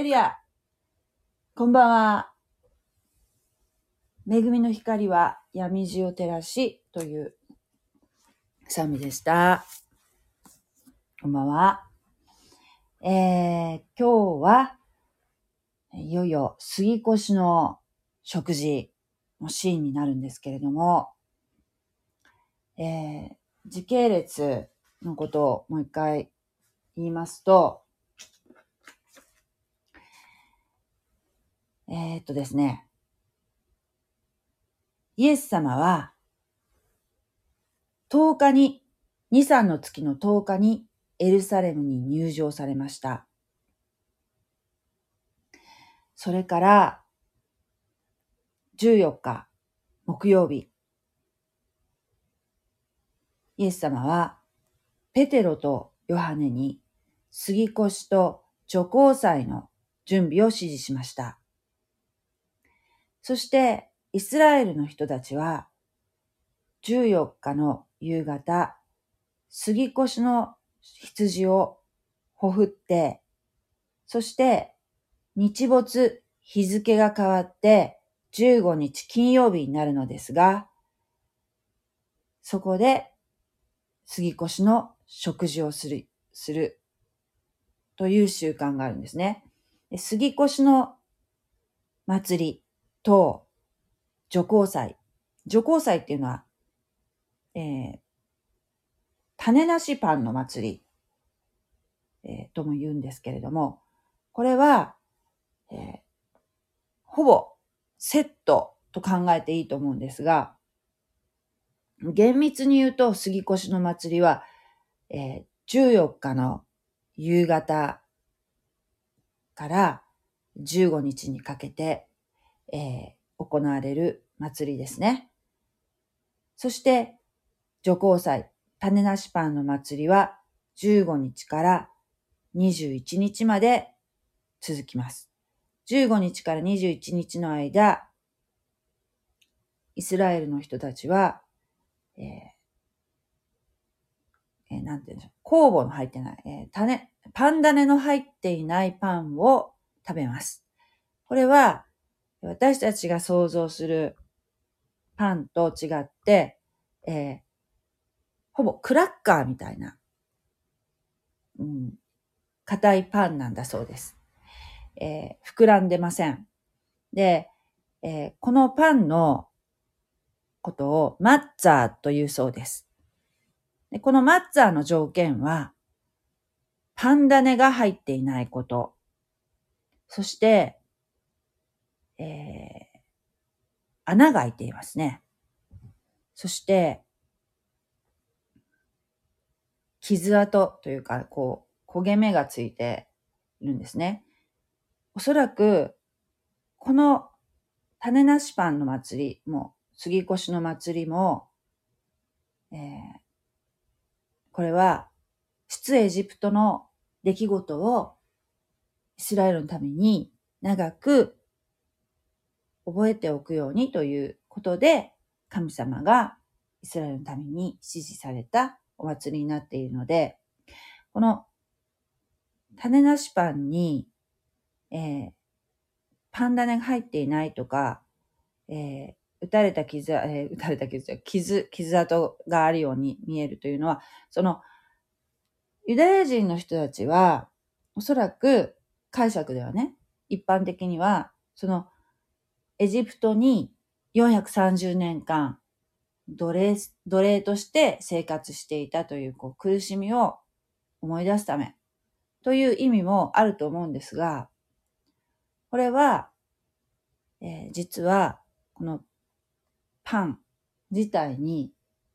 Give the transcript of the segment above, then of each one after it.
レルヤ。こんばんは。恵みの光は闇路を照らしという賛美でした。こんばんは。今日はいよいよ杉越の食事のシーンになるんですけれども、時系列のことをもう一回言いますと、ですね、イエス様は10日に、2、3の月の10日にエルサレムに入場されました。それから14日木曜日、イエス様はペテロとヨハネに杉越と除光祭の準備を指示しました。そしてイスラエルの人たちは14日の夕方、杉越の羊をほふって、そして日没日付が変わって15日金曜日になるのですが、そこで杉越の食事をするという習慣があるんですね。杉越の祭りと除光祭。除光祭っていうのは、種なしパンの祭り、とも言うんですけれども、これは、ほぼセットと考えていいと思うんですが、厳密に言うと杉越の祭りは、14日の夕方から15日にかけて、行われる祭りですね。そして除光祭、種なしパンの祭りは15日から21日まで続きます。15日から21日の間、イスラエルの人たちは、なんていうんでしょう、酵母の入ってない、パン種の入っていないパンを食べます。これは私たちが想像するパンと違って、ほぼクラッカーみたいな、硬いパンなんだそうです。膨らんでません。で、このパンのことをマッツァーというそうです。でこのマッツァーの条件は、パン種が入っていないこと。そして、穴が開いていますね。そして、傷跡というか、焦げ目がついているんですね。おそらく、この種なしパンの祭りも、杉越の祭りも、これは、出エジプトの出来事をイスラエルのために長く覚えておくようにということで、神様がイスラエルのために指示されたお祭りになっているので、この種なしパンに、パン種が入っていないとか、打たれた傷跡があるように見えるというのは、そのユダヤ人の人たちは、おそらく解釈ではね、一般的には、そのエジプトに430年間奴隷として生活していたという、苦しみを思い出すためという意味もあると思うんですが、これは、実はこのパン自体に、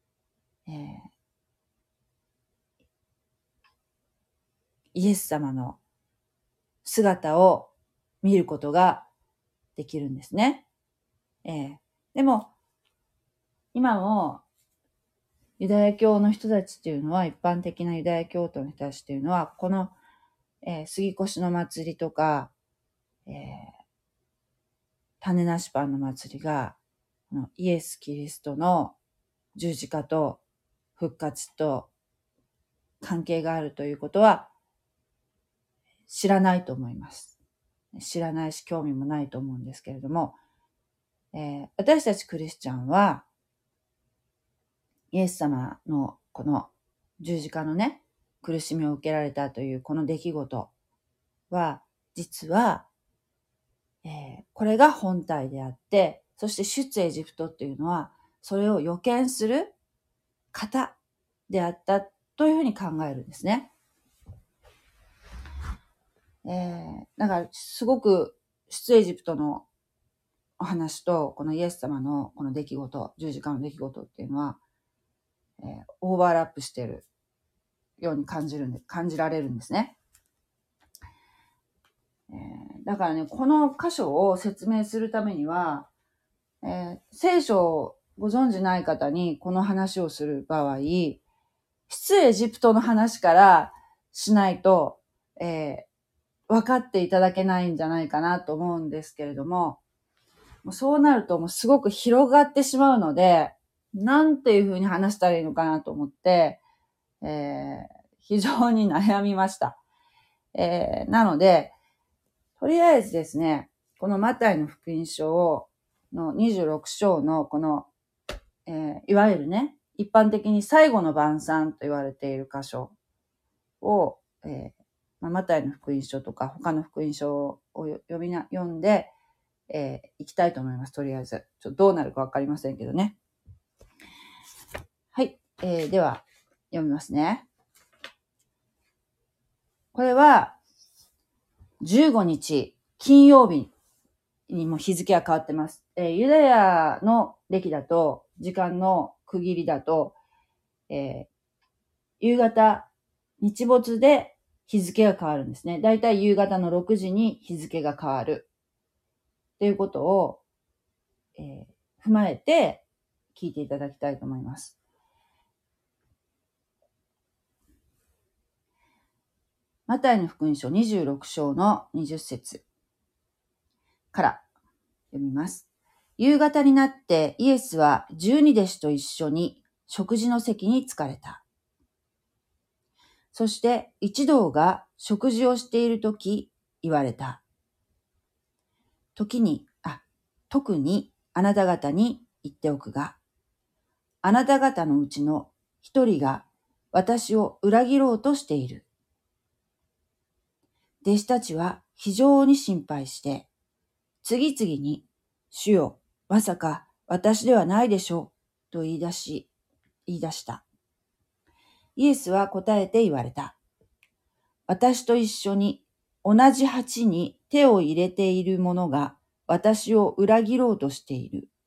イエス様の姿を見ることができるんですね。でも、今もユダヤ教の人たちっていうのは、一般的なユダヤ教徒の人たちっていうのは、この、杉越の祭りとか、種なしパンの祭りが、イエス・キリストの十字架と復活と関係があるということは知らないと思います。 知らないし興味もないと思うんですけれども、私たちクリスチャンは、イエス様のこの十字架のね、苦しみを受けられたというこの出来事は、実は、これが本体であって、そして出エジプトっていうのは、それを予見する方であったというふうに考えるんですね。だからすごく出エジプトのお話とこのイエス様のこの出来事、十字架の出来事っていうのは、オーバーラップしているように感じられるんですね。だからね、この箇所を説明するためには、聖書をご存じない方にこの話をする場合、出エジプトの話からしないと、分かっていただけないんじゃないかなと思うんですけれども、そうなるともうすごく広がってしまうので、なんていうふうに話したらいいのかなと思って、非常に悩みました。なので、とりあえずですね、このマタイの福音書の26章のこの、いわゆるね、一般的に最後の晩餐と言われている箇所を、マタイの福音書とか他の福音書を読んで、いきたいと思います。とりあえず。どうなるかわかりませんけどね。はい。では、読みますね。これは、15日、金曜日にも日付が変わってます。ユダヤの歴だと、時間の区切りだと、夕方、日没で日付が変わるんですね。だいたい夕方の6時に日付が変わる。ということを、踏まえて聞いていただきたいと思います。マタイの福音書26章の20節から読みます。夕方になってイエスは12弟子と一緒に食事の席に着かれた。そして一同が食事をしているとき言われた。特にあなた方に言っておくが、あなた方のうちの一人が私を裏切ろうとしている。弟子たちは非常に心配して、次々に、主よ、まさか私ではないでしょう、と言い出した。イエスは答えて言われた。私と一緒に同じ鉢に手を入れている者が私を裏切ろうとしている。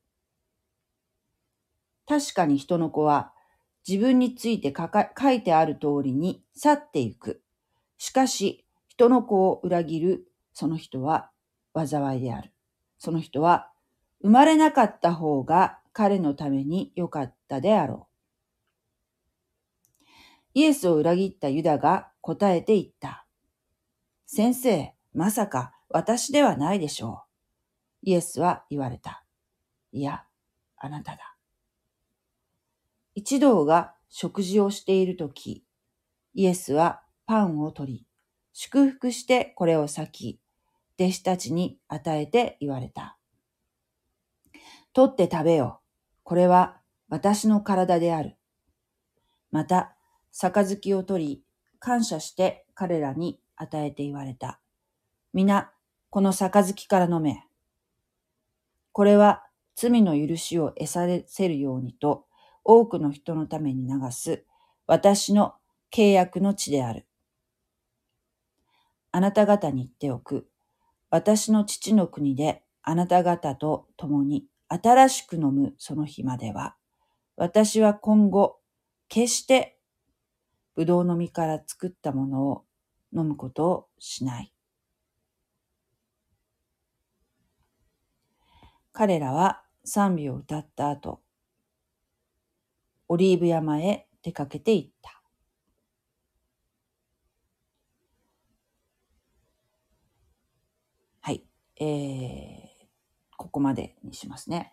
確かに人の子は自分について書いてある通りに去っていく。しかし人の子を裏切るその人は災いである。その人は生まれなかった方が彼のために良かったであろう。イエスを裏切ったユダが答えて言った。先生、まさか私ではないでしょう。イエスは言われた。いや、あなただ。一同が食事をしているとき、イエスはパンを取り、祝福してこれを裂き、弟子たちに与えて言われた。取って食べよ。これは私の体である。また、杯を取り、感謝して彼らに与えて言われた。皆、この杯から飲め。これは罪の許しを得させるようにと、多くの人のために流す私の契約の地である。あなた方に言っておく。私の父の国であなた方と共に新しく飲むその日までは、私は今後、決してぶどうの実から作ったものを飲むことをしない。彼らは賛美を歌った後、オリーブ山へ出かけて行った。はい。ここまでにしますね。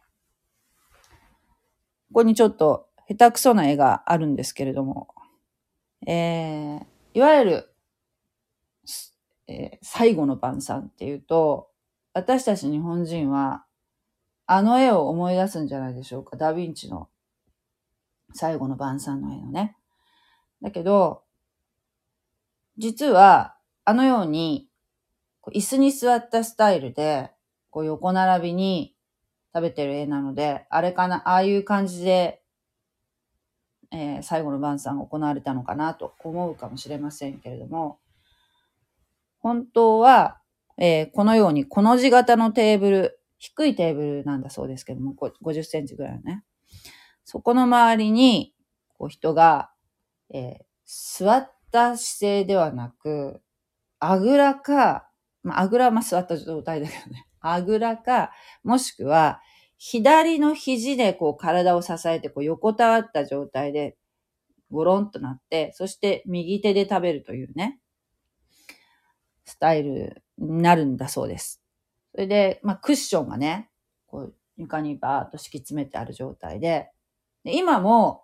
ここにちょっと下手くそな絵があるんですけれども、いわゆる最後の晩餐っていうと、私たち日本人は、あの絵を思い出すんじゃないでしょうか。ダ・ヴィンチの最後の晩餐の絵のね。だけど、実は、あのように、椅子に座ったスタイルで、横並びに食べてる絵なので、ああいう感じで、最後の晩餐が行われたのかなと思うかもしれませんけれども、本当は、このように、この字型のテーブル、低いテーブルなんだそうですけども、50センチぐらいのね。そこの周りに、人が、座った姿勢ではなく、あぐらか、あぐらは座った状態だけどね。あぐらか、もしくは、左の肘で体を支えて横たわった状態でゴロンとなって、そして右手で食べるというね、スタイルになるんだそうです。それで、クッションがね、床にバーッと敷き詰めてある状態で、今も、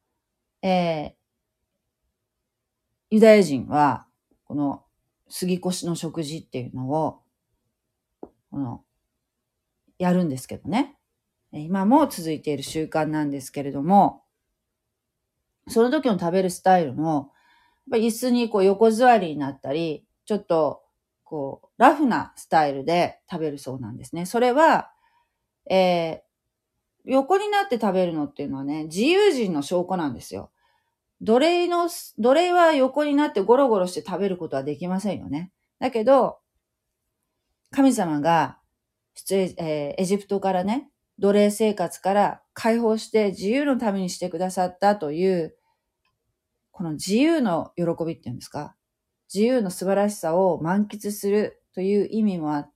ユダヤ人は、この杉越の食事っていうのを、やるんですけどね。今も続いている習慣なんですけれども、その時の食べるスタイルも、やっぱり椅子に横座りになったり、ちょっとラフなスタイルで食べるそうなんですね。それは、横になって食べるのっていうのはね、自由人の証拠なんですよ。奴隷は横になってゴロゴロして食べることはできませんよね。だけど、神様がエジプトからね、奴隷生活から解放して自由のためにしてくださったという、この自由の喜びっていうんですか、自由の素晴らしさを満喫するという意味もあって、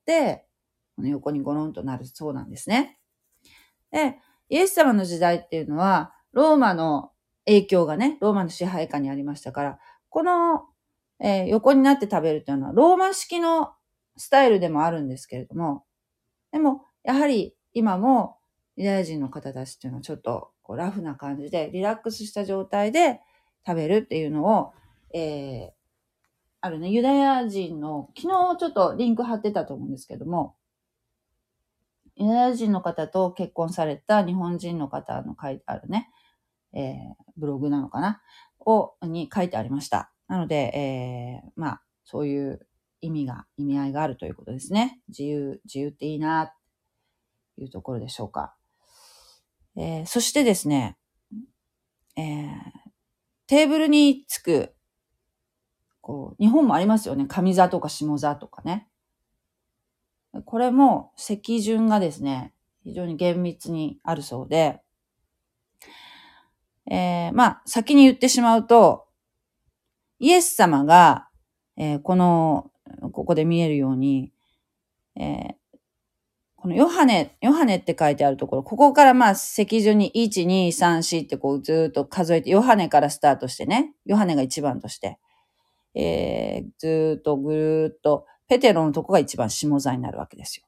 この横にゴロンとなるそうなんですね。で、イエス様の時代っていうのは、ローマの影響がね、ローマの支配下にありましたから、この、横になって食べるっていうのは、ローマ式のスタイルでもあるんですけれども、でも、やはり今もユダヤ人の方たちっていうのはちょっとラフな感じでリラックスした状態で食べるっていうのを、あるね、ユダヤ人の、昨日ちょっとリンク貼ってたと思うんですけども、ユダヤ人の方と結婚された日本人の方の書いてあるね、ブログなのかなに書いてありました。なので、そういう意味合いがあるということですね。自由っていいな、というところでしょうか。そしてですね、テーブルにつく、日本もありますよね。上座とか下座とかね。これも席順がですね、非常に厳密にあるそうで、先に言ってしまうと、イエス様が、ここで見えるように、このヨハネって書いてあるところ、ここから席順に1、2、3、4ってずーっと数えて、ヨハネからスタートしてね、ヨハネが1番として、ずーっとぐーっと、ペテロのとこが一番下座になるわけですよ。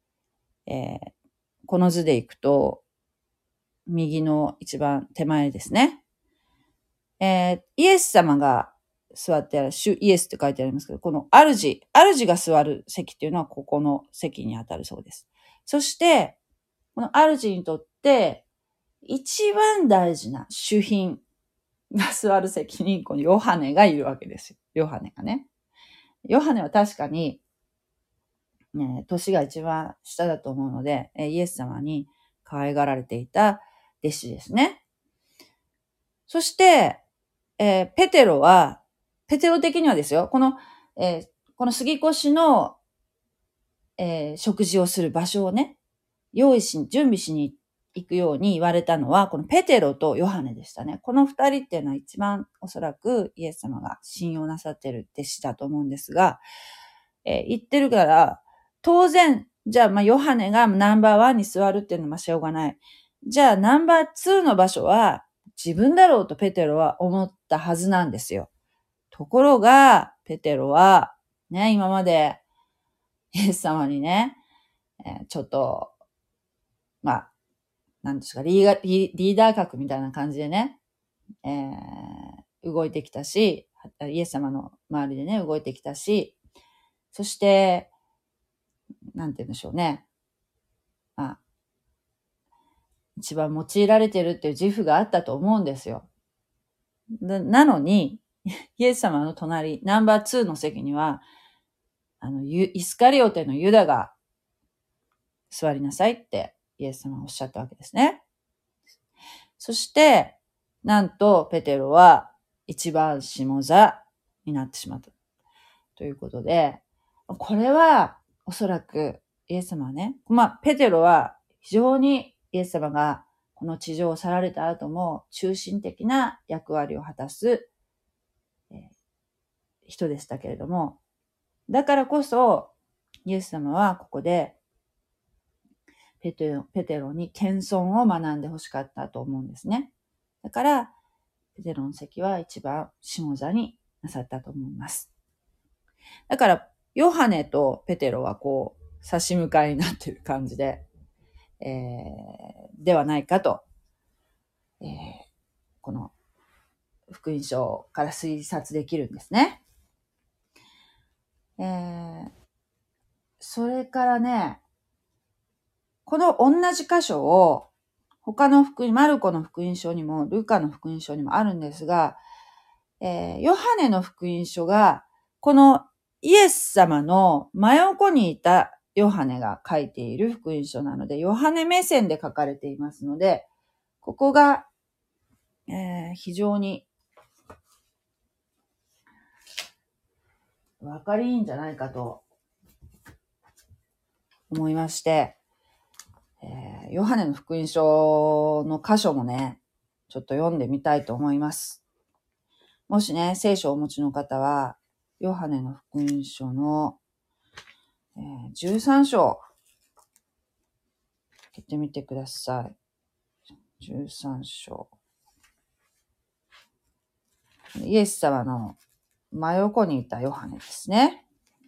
この図でいくと、右の一番手前ですね。イエス様が座ってある、主イエスって書いてありますけど、この主が座る席っていうのはここの席に当たるそうです。そして、この主にとって一番大事な主賓が座る席にこのヨハネがいるわけですよ。ヨハネがね。ヨハネは確かに、年が一番下だと思うので、イエス様に可愛がられていた弟子ですね。そして、ペテロ的にはですよ、この杉越の、食事をする場所をね、準備しに行くように言われたのは、このペテロとヨハネでしたね。この二人っていうのは一番おそらくイエス様が信用なさっている弟子だと思うんですが、言ってるから、当然、じゃあヨハネがナンバーワンに座るっていうのはしょうがない。じゃあナンバーツーの場所は自分だろうとペテロは思ったはずなんですよ。ところが、ペテロは、ね、今までイエス様にね、ちょっと、なんですか、リーダー格みたいな感じでね、動いてきたし、イエス様の周りでね、動いてきたし、 そして、なんて言うんでしょうね。一番用いられてるっていう自負があったと思うんですよ。なのに、イエス様の隣、ナンバー2の席には、イスカリオテのユダが座りなさいってイエス様はおっしゃったわけですね。そして、なんとペテロは一番下座になってしまった。ということで、これはおそらくイエス様はね、ペテロは非常にイエス様がこの地上を去られた後も中心的な役割を果たす人でしたけれども、だからこそイエス様はここでペテロに謙遜を学んでほしかったと思うんですね。だからペテロの席は一番下座になさったと思います。だからヨハネとペテロはこう差し向かいになっている感じで、ではないかと、この福音書から推察できるんですね。それからね、この同じ箇所を他のマルコの福音書にもルカの福音書にもあるんですが、ヨハネの福音書がこのイエス様の真横にいたヨハネが書いている福音書なので、ヨハネ目線で書かれていますので、ここが、非常にわかりいいんじゃないかと思いまして、ヨハネの福音書の箇所もね、ちょっと読んでみたいと思います。もしね、聖書をお持ちの方は、ヨハネの福音書の、13章、開けてみてください。13章。イエス様の真横にいたヨハネですね。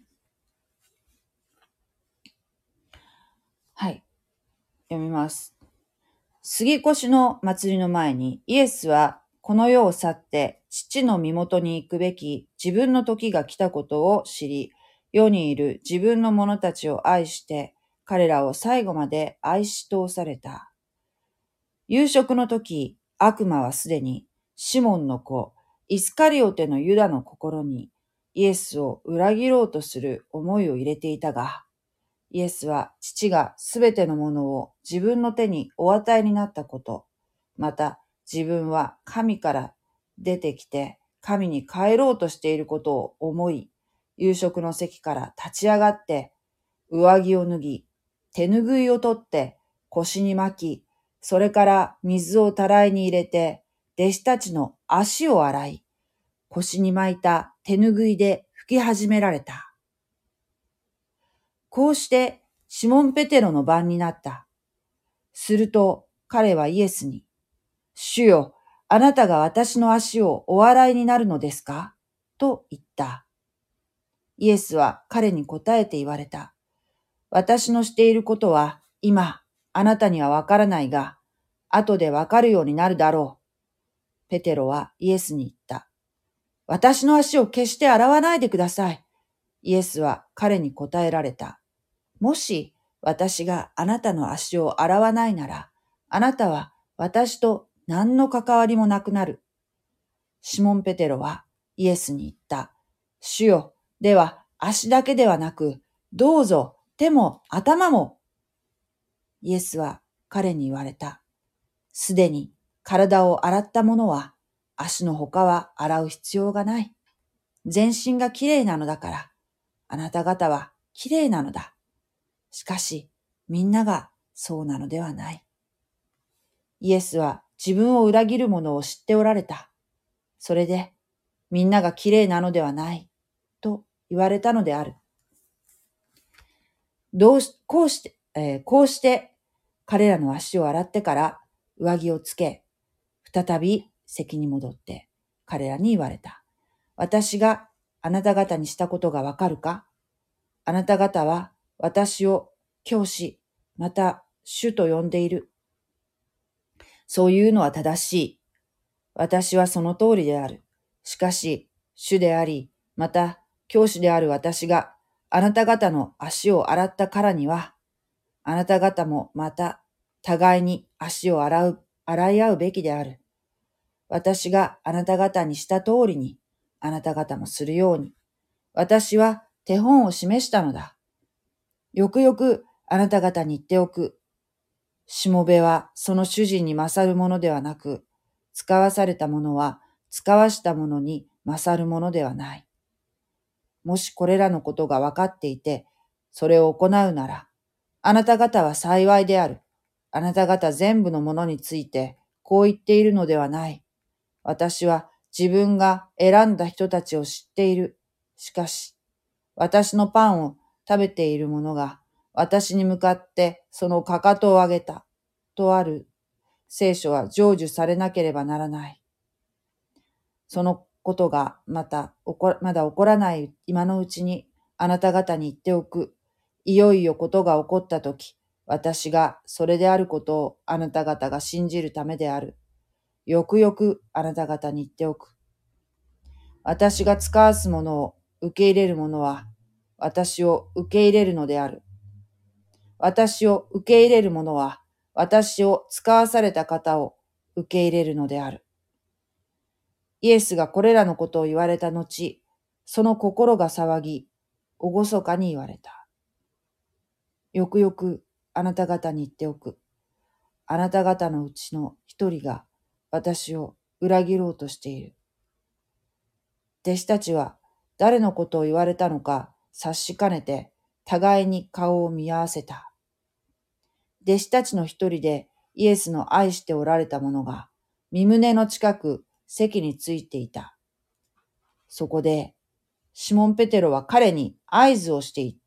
はい。読みます。杉越の祭りの前に、イエスはこの世を去って父の身元に行くべき自分の時が来たことを知り、世にいる自分の者たちを愛して、彼らを最後まで愛し通された。夕食の時、悪魔はすでにシモンの子、イスカリオテのユダの心にイエスを裏切ろうとする思いを入れていたが、イエスは父がすべてのものを自分の手にお与えになったこと、また自分は神から出てきて神に帰ろうとしていることを思い、夕食の席から立ち上がって、上着を脱ぎ、手ぬぐいを取って腰に巻き、それから水をたらいに入れて、弟子たちの足を洗い、腰に巻いた手ぬぐいで拭き始められた。こうしてシモン・ペテロの番になった。すると彼はイエスに、主よ、あなたが私の足をお洗いになるのですかと言った。イエスは彼に答えて言われた。私のしていることは今、あなたにはわからないが、後でわかるようになるだろう。ペテロはイエスに言った。私の足を決して洗わないでください。イエスは彼に答えられた。もし私があなたの足を洗わないなら、あなたは私と何の関わりもなくなる。シモン・ペテロはイエスに言った。主よ、では足だけではなく、どうぞ手も頭も。イエスは彼に言われた。すでに体を洗った者は足の他は洗う必要がない。全身がきれいなのだから、あなた方はきれいなのだ。しかし、みんながそうなのではない。イエスは自分を裏切る者を知っておられた。それで、みんながきれいなのではない、と言われたのである。こうして彼らの足を洗ってから上着をつけ、再び席に戻って彼らに言われた。私があなた方にしたことがわかるか？あなた方は私を教師、また主と呼んでいる。そういうのは正しい。私はその通りである。しかし、主であり、また教師である私があなた方の足を洗ったからには、あなた方もまた互いに足を洗い合うべきである。私があなた方にした通りに、あなた方もするように、私は手本を示したのだ。よくよくあなた方に言っておく。しもべはその主人に勝るものではなく、使わされたものは使わしたものに勝るものではない。もしこれらのことが分かっていて、それを行うなら、あなた方は幸いである。あなた方全部のものについてこう言っているのではない。私は自分が選んだ人たちを知っている。しかし、私のパンを食べている者が私に向かってそのかかとを上げた。とある聖書は成就されなければならない。そのことがまだ起こらない今のうちにあなた方に言っておく。いよいよことが起こったとき、私がそれであることをあなた方が信じるためである。よくよくあなた方に言っておく。私が使わすものを受け入れる者は、私を受け入れるのである。私を受け入れる者は、私を使わされた方を受け入れるのである。イエスがこれらのことを言われた後、その心が騒ぎ、厳かに言われた。よくよくあなた方に言っておく。あなた方のうちの一人が私を裏切ろうとしている。弟子たちは誰のことを言われたのか察しかねて互いに顔を見合わせた。弟子たちの一人でイエスの愛しておられた者が身胸の近く席についていた。そこでシモン・ペテロは彼に合図をして言った。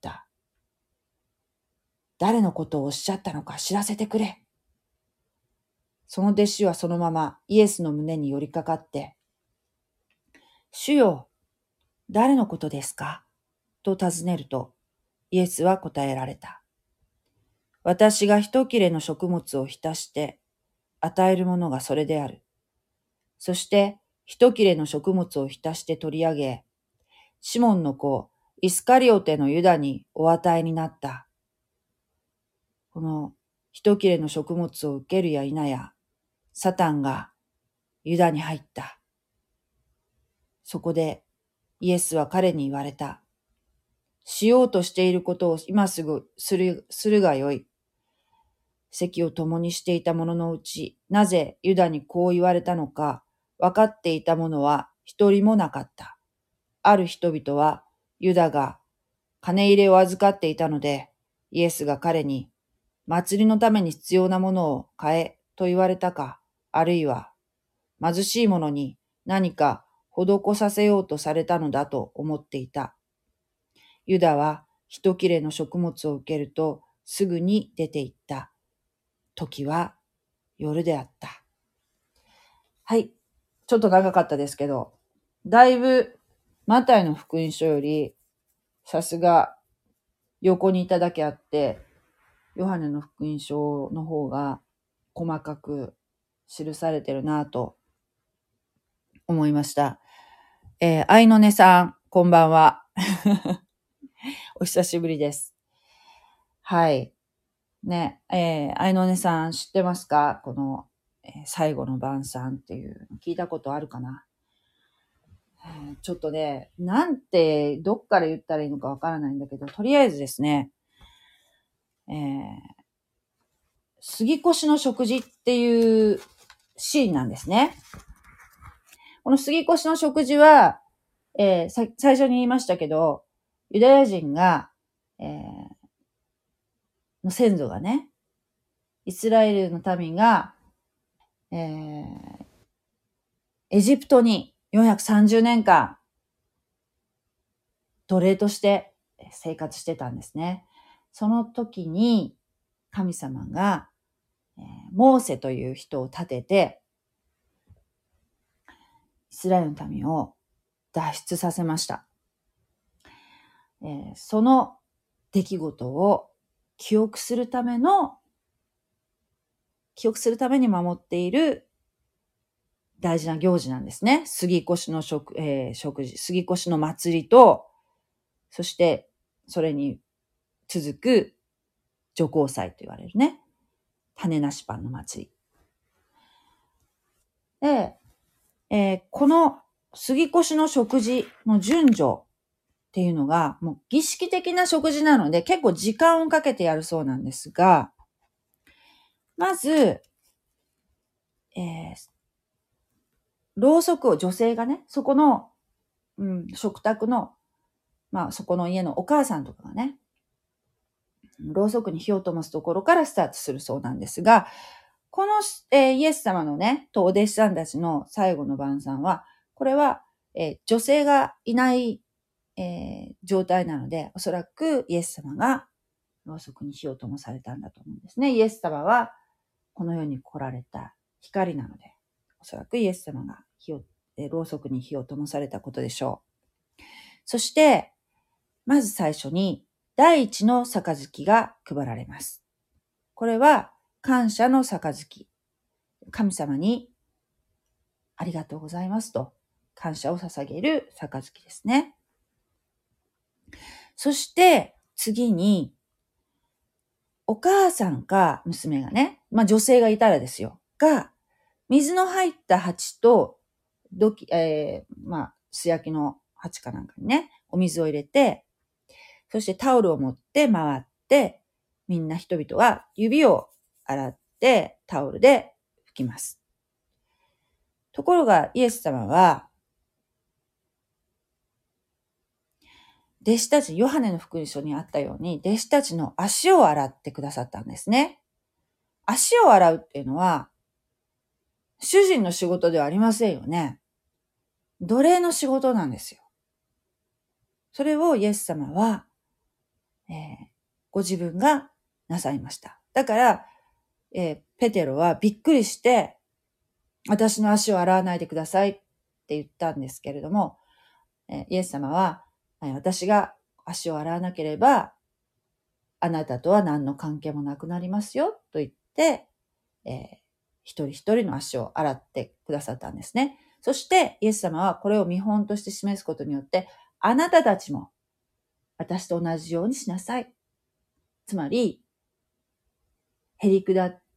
誰のことをおっしゃったのか知らせてくれ。その弟子はそのままイエスの胸に寄りかかって、主よ、誰のことですかと尋ねると、イエスは答えられた。私が一切れの食物を浸して与えるものがそれである。そして一切れの食物を浸して取り上げ、シモンの子イスカリオテのユダにお与えになった。この一切れの食物を受けるや否や、サタンがユダに入った。そこでイエスは彼に言われた。しようとしていることを今すぐするがよい。席を共にしていた者のうち、なぜユダにこう言われたのか、分かっていた者は一人もなかった。ある人々は、ユダが金入れを預かっていたので、イエスが彼に、祭りのために必要なものを買えと言われたか、あるいは、貧しい者に何か施させようとされたのだと思っていた。ユダは一切れの食物を受けるとすぐに出て行った。時は夜であった。はい。ちょっと長かったですけど、だいぶマタイの福音書よりさすが横にいただけあって、ヨハネの福音書の方が細かく記されてるなぁと思いました。愛の音さん、こんばんは。お久しぶりです。はい。ね、愛の音さん知ってますか？この、最後の晩餐っていう聞いたことあるかな？ちょっとね、なんてどっから言ったらいいのかわからないんだけど、とりあえずですね、杉越の食事っていうシーンなんですね。この杉越の食事は、最初に言いましたけど、ユダヤ人が、の先祖がね、イスラエルの民が、エジプトに430年間奴隷として生活してたんですね。その時に神様が、モーセという人を立てて、イスラエルの民を脱出させました。その出来事を記憶するために守っている大事な行事なんですね。杉越の食事、杉越の祭りと、そしてそれに続く除光祭と言われるね、種なしパンの祭り。で、この杉越の食事の順序っていうのが、もう儀式的な食事なので結構時間をかけてやるそうなんですが、まず、ろうそくを女性がね、そこの、食卓の、そこの家のお母さんとかがね、ろうそくに火を灯すところからスタートするそうなんですが、この、イエス様のね、とお弟子さんたちの最後の晩餐は、これは、女性がいない、状態なので、おそらくイエス様がろうそくに火を灯されたんだと思うんですね。イエス様はこの世に来られた光なので、おそらくイエス様がろうそくに火を灯されたことでしょう。そして、まず最初に第一の杯が配られます。これは感謝の杯。神様にありがとうございますと感謝を捧げる杯ですね。そして次にお母さんか娘がね、女性がいたらですよ、が水の入った鉢と素焼きの鉢かなんかにね、お水を入れて、そしてタオルを持って回って、みんな人々は指を洗ってタオルで拭きます。ところがイエス様は、弟子たち、ヨハネの福音書にあったように、弟子たちの足を洗ってくださったんですね。足を洗うっていうのは、主人の仕事ではありませんよね。奴隷の仕事なんですよ。それをイエス様は、ご自分がなさいました。だから、ペテロはびっくりして、私の足を洗わないでくださいって言ったんですけれども、イエス様は、私が足を洗わなければ、あなたとは何の関係もなくなりますよと言って、一人一人の足を洗ってくださったんですね。そしてイエス様はこれを見本として示すことによって、あなたたちも私と同じようにしなさい。つまり、へりくだって、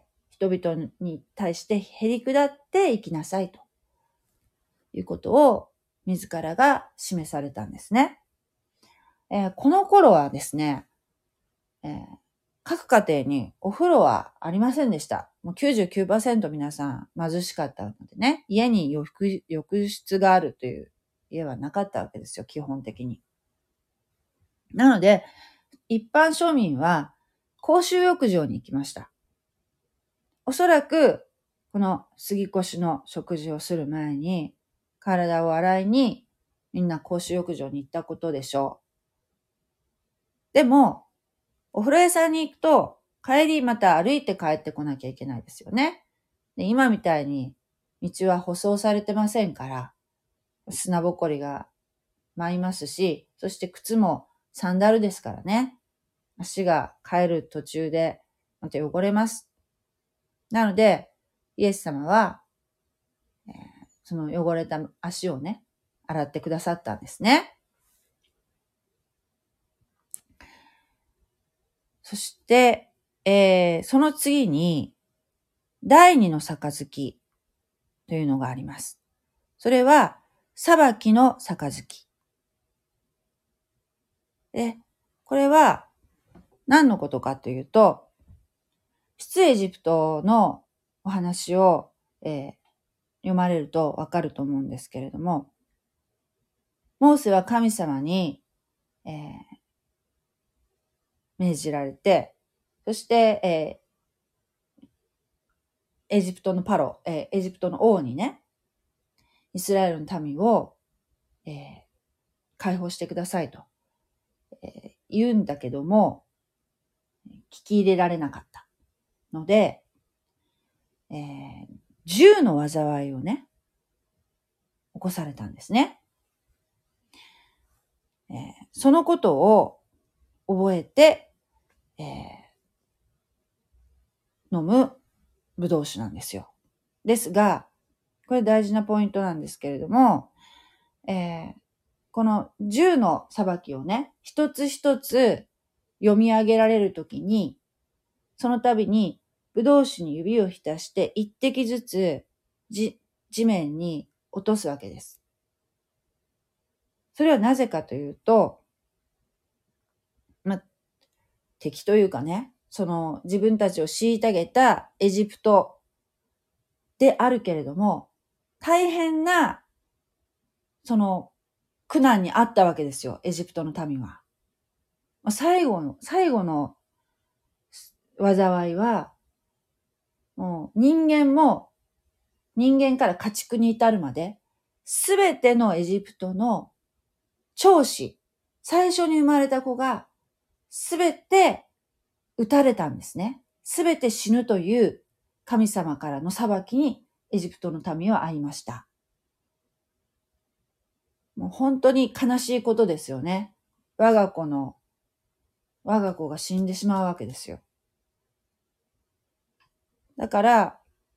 人々に対してへりくだって生きなさいということを自らが示されたんですね。この頃はですね、各家庭にお風呂はありませんでした。もう 99% 皆さん貧しかったのでね、家に浴室があるという家はなかったわけですよ、基本的に。なので、一般庶民は公衆浴場に行きました。おそらく、この杉越の食事をする前に、体を洗いにみんな公衆浴場に行ったことでしょう。でも、お風呂屋さんに行くと、帰りまた歩いて帰ってこなきゃいけないですよね。で、今みたいに道は舗装されてませんから、砂ぼこりが舞いますし、そして靴もサンダルですからね。足が帰る途中でまた汚れます。なので、イエス様は、その汚れた足をね、洗ってくださったんですね。そして、その次に、第二の杯というのがあります。それは、裁きの杯。で、これは何のことかというと、出エジプトのお話を、読まれるとわかると思うんですけれども、モーセは神様に、命じられて、そして、エジプトのエジプトの王にね、イスラエルの民を、解放してくださいと、言うんだけども、聞き入れられなかったので、10の災いをね、起こされたんですね。そのことを覚えて、飲むブドウ酒なんですよ。ですが、これ大事なポイントなんですけれども、 この10の裁きをね、一つ一つ読み上げられるときに、その度にブドウ酒に指を浸して一滴ずつ地面に落とすわけです。それはなぜかというと、敵というかね、その自分たちを虐げたエジプトであるけれども、大変な、その苦難にあったわけですよ、エジプトの民は。最後の災いは、もう人間から家畜に至るまで、すべてのエジプトの長子、最初に生まれた子が、すべて撃たれたんですね。すべて死ぬという神様からの裁きにエジプトの民は遭いました。もう本当に悲しいことですよね。我が子が死んでしまうわけですよ。だから、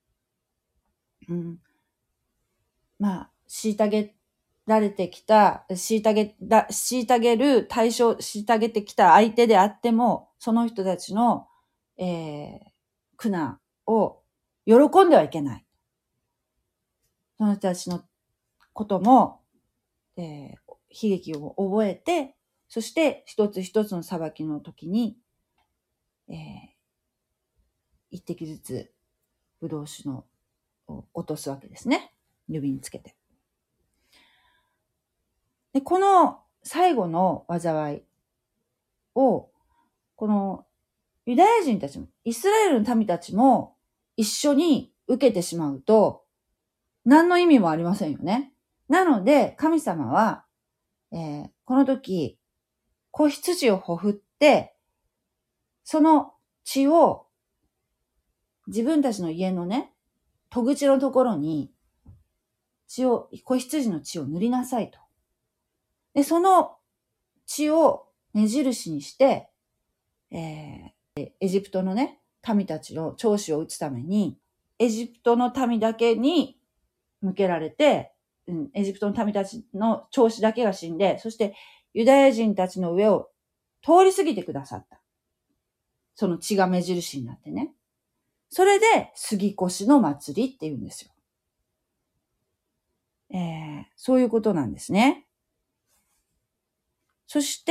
虐げられてきた、虐げる対象、虐げてきた相手であっても、その人たちの、苦難を喜んではいけない。その人たちのことも、悲劇を覚えて、そして一つ一つの裁きの時に、一滴ずつブドウ酒を落とすわけですね。指につけて。で、この最後の災いを、このユダヤ人たちも、イスラエルの民たちも一緒に受けてしまうと、何の意味もありませんよね。なので、神様は、この時、子羊をほふって、その血を自分たちの家のね、戸口のところに子羊の血を塗りなさいと。で、その血を目印にして、エジプトのね、民たちの長子を打つために、エジプトの民だけに向けられて、エジプトの民たちの長子だけが死んで、そしてユダヤ人たちの上を通り過ぎてくださった。その血が目印になってね。それで、杉越の祭りって言うんですよ。そういうことなんですね。そして、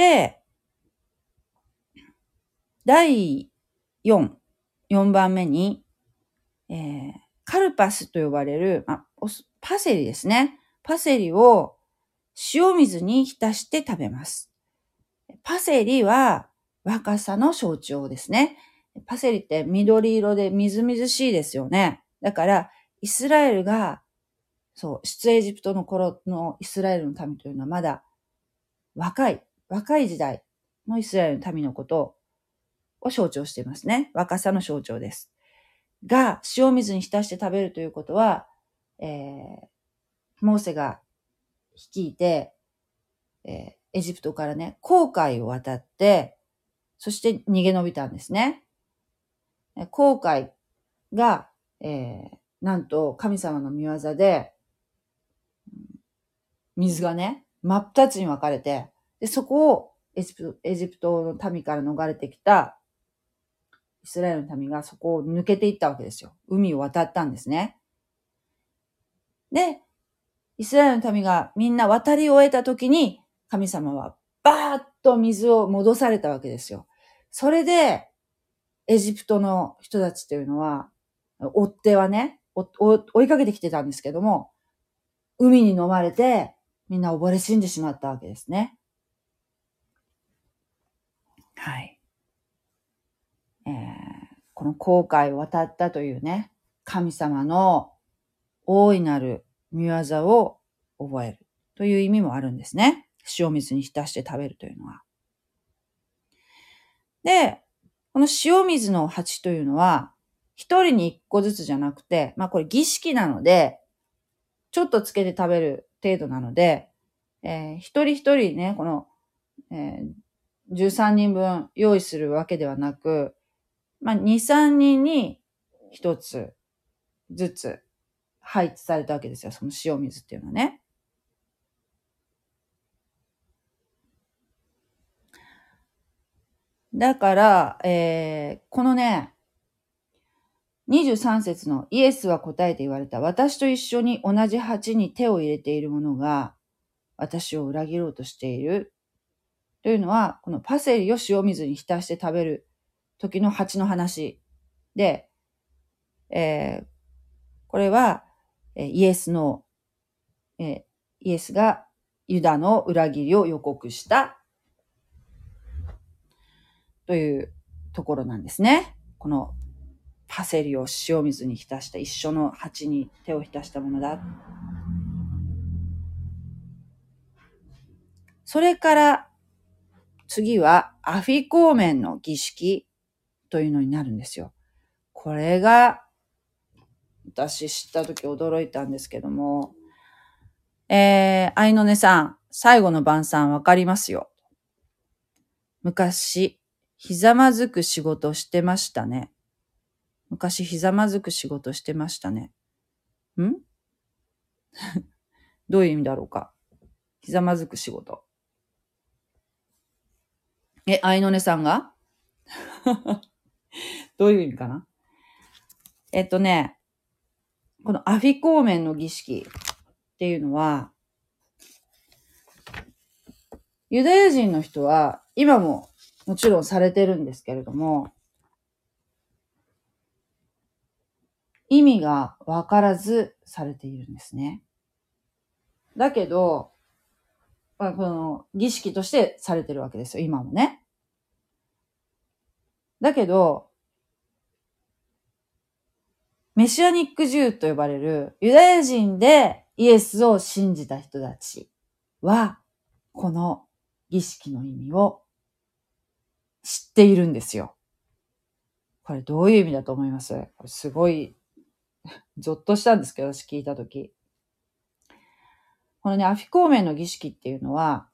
第4番目に、カルパスと呼ばれる、パセリですね。パセリを塩水に浸して食べます。パセリは若さの象徴ですね。パセリって緑色でみずみずしいですよね。だから、イスラエルが、出エジプトの頃のイスラエルの民というのはまだ若い時代のイスラエルの民のことを象徴していますね。若さの象徴です。が、塩水に浸して食べるということは、モーセが率いて、エジプトからね、紅海を渡って、そして逃げ延びたんですね。紅海が、なんと神様の御業で、水がね、真っ二つに分かれて、で、そこをエジプトの民から逃れてきたイスラエルの民がそこを抜けていったわけですよ。海を渡ったんですね。で、イスラエルの民がみんな渡り終えた時に、神様はバーッと水を戻されたわけですよ。それで、エジプトの人たちというのは、追っ手はね、追いかけてきてたんですけども、海に飲まれて、みんな溺れ死んでしまったわけですね。はい。この紅海を渡ったというね、神様の大いなる御業を覚えるという意味もあるんですね。塩水に浸して食べるというのは。で、この塩水の鉢というのは、一人に一個ずつじゃなくて、これ儀式なので、ちょっとつけて食べる程度なので、一人一人ね、この、13人分用意するわけではなく、2、3人に一つずつ配置されたわけですよ。その塩水っていうのはね。 だから、このね、23節のイエスは答えて言われた。私と一緒に同じ鉢に手を入れている者が私を裏切ろうとしている。というのは、このパセリを塩水に浸して食べる時の鉢の話で、これはイエスがユダの裏切りを予告したというところなんですね。このパセリを塩水に浸した一緒の鉢に手を浸したものだ。それから次はアフィコーメンの儀式というのになるんですよ。これが私知ったとき驚いたんですけども、アイノネさん、最後の晩餐わかりますよ。昔、ひざまずく仕事してましたね。昔ひざまずく仕事してましたね。んどういう意味だろうか。ひざまずく仕事。アイノネさんがどういう意味かな。このアフィコーメンの儀式っていうのは、ユダヤ人の人は今ももちろんされてるんですけれども、意味がわからずされているんですね。だけど、この儀式としてされてるわけですよ、今もね。だけど、メシアニックジューと呼ばれるユダヤ人でイエスを信じた人たちは、この儀式の意味を知っているんですよ。これどういう意味だと思います？これすごい、ゾッとしたんですけど、私聞いたとき。このね、アフィコーメンの儀式っていうのは、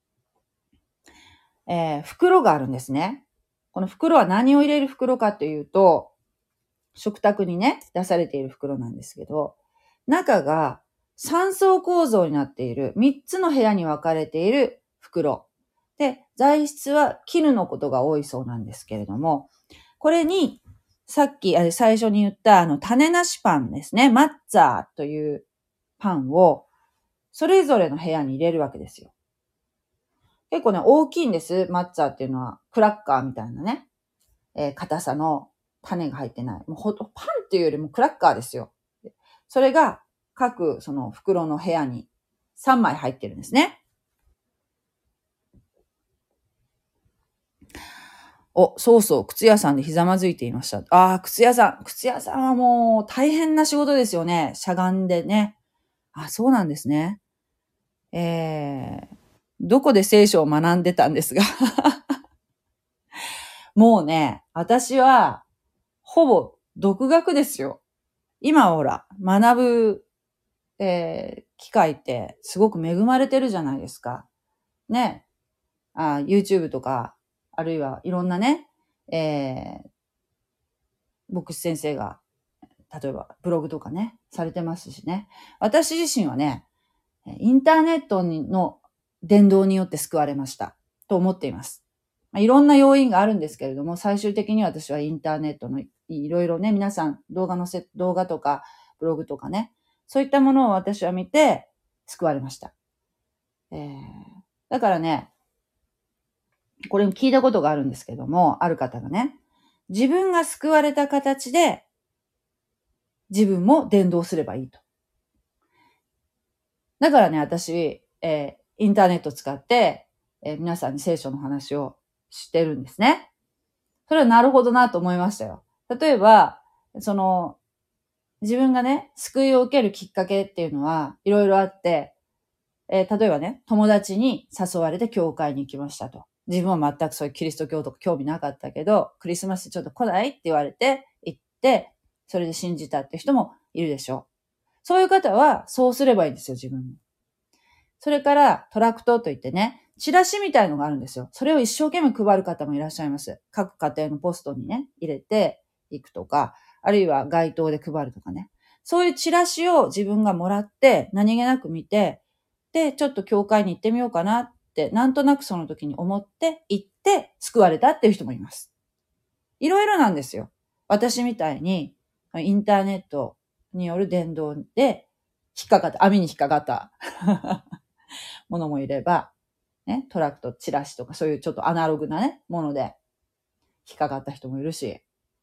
袋があるんですね。この袋は何を入れる袋かというと、食卓にね、出されている袋なんですけど、中が3層構造になっている3つの部屋に分かれている袋。で、材質は絹のことが多いそうなんですけれども、これにさっき最初に言った種なしパンですね、マッツァーというパンをそれぞれの部屋に入れるわけですよ。結構ね、大きいんです。マッツァーっていうのはクラッカーみたいなね、硬さの種が入ってない。もうパンっていうよりもクラッカーですよ。それが各その袋の部屋に3枚入ってるんですね。そうそう、靴屋さんでひざまずいていました。靴屋さんはもう大変な仕事ですよね。しゃがんでね。そうなんですね。どこで聖書を学んでたんですが。もうね、私は、ほぼ独学ですよ。今ほら、学ぶ、機会ってすごく恵まれてるじゃないですか。ね。YouTube とか、あるいはいろんなね、牧師先生が、例えばブログとかね、されてますしね。私自身はね、インターネットの伝道によって救われましたと思っています。いろんな要因があるんですけれども、最終的に私はインターネットのいろいろね、皆さん動画とかブログとかね、そういったものを私は見て救われました。だからね、これも聞いたことがあるんですけども、ある方がね、自分が救われた形で自分も伝道すればいいと。だからね、私、インターネットを使って、皆さんに聖書の話をしてるんですね。それはなるほどなと思いましたよ。例えば、自分がね、救いを受けるきっかけっていうのはいろいろあって、例えばね、友達に誘われて教会に行きましたと。自分は全くそういうキリスト教とか興味なかったけど、クリスマスちょっと来ないって言われて行って、それで信じたって人もいるでしょう。そういう方はそうすればいいんですよ、自分も。それからトラクトといってね、チラシみたいのがあるんですよ。それを一生懸命配る方もいらっしゃいます。各家庭のポストにね、入れていくとか、あるいは街頭で配るとかね。そういうチラシを自分がもらって何気なく見て、で、ちょっと教会に行ってみようかなっ 、なんとなくその時に思って行って救われたっていう人もいます。いろいろなんですよ。私みたいにインターネットによる伝道で網に引っかかったものもいれば、ね、トラクト、チラシとかそういうちょっとアナログなね、もので引っかかった人もいるし、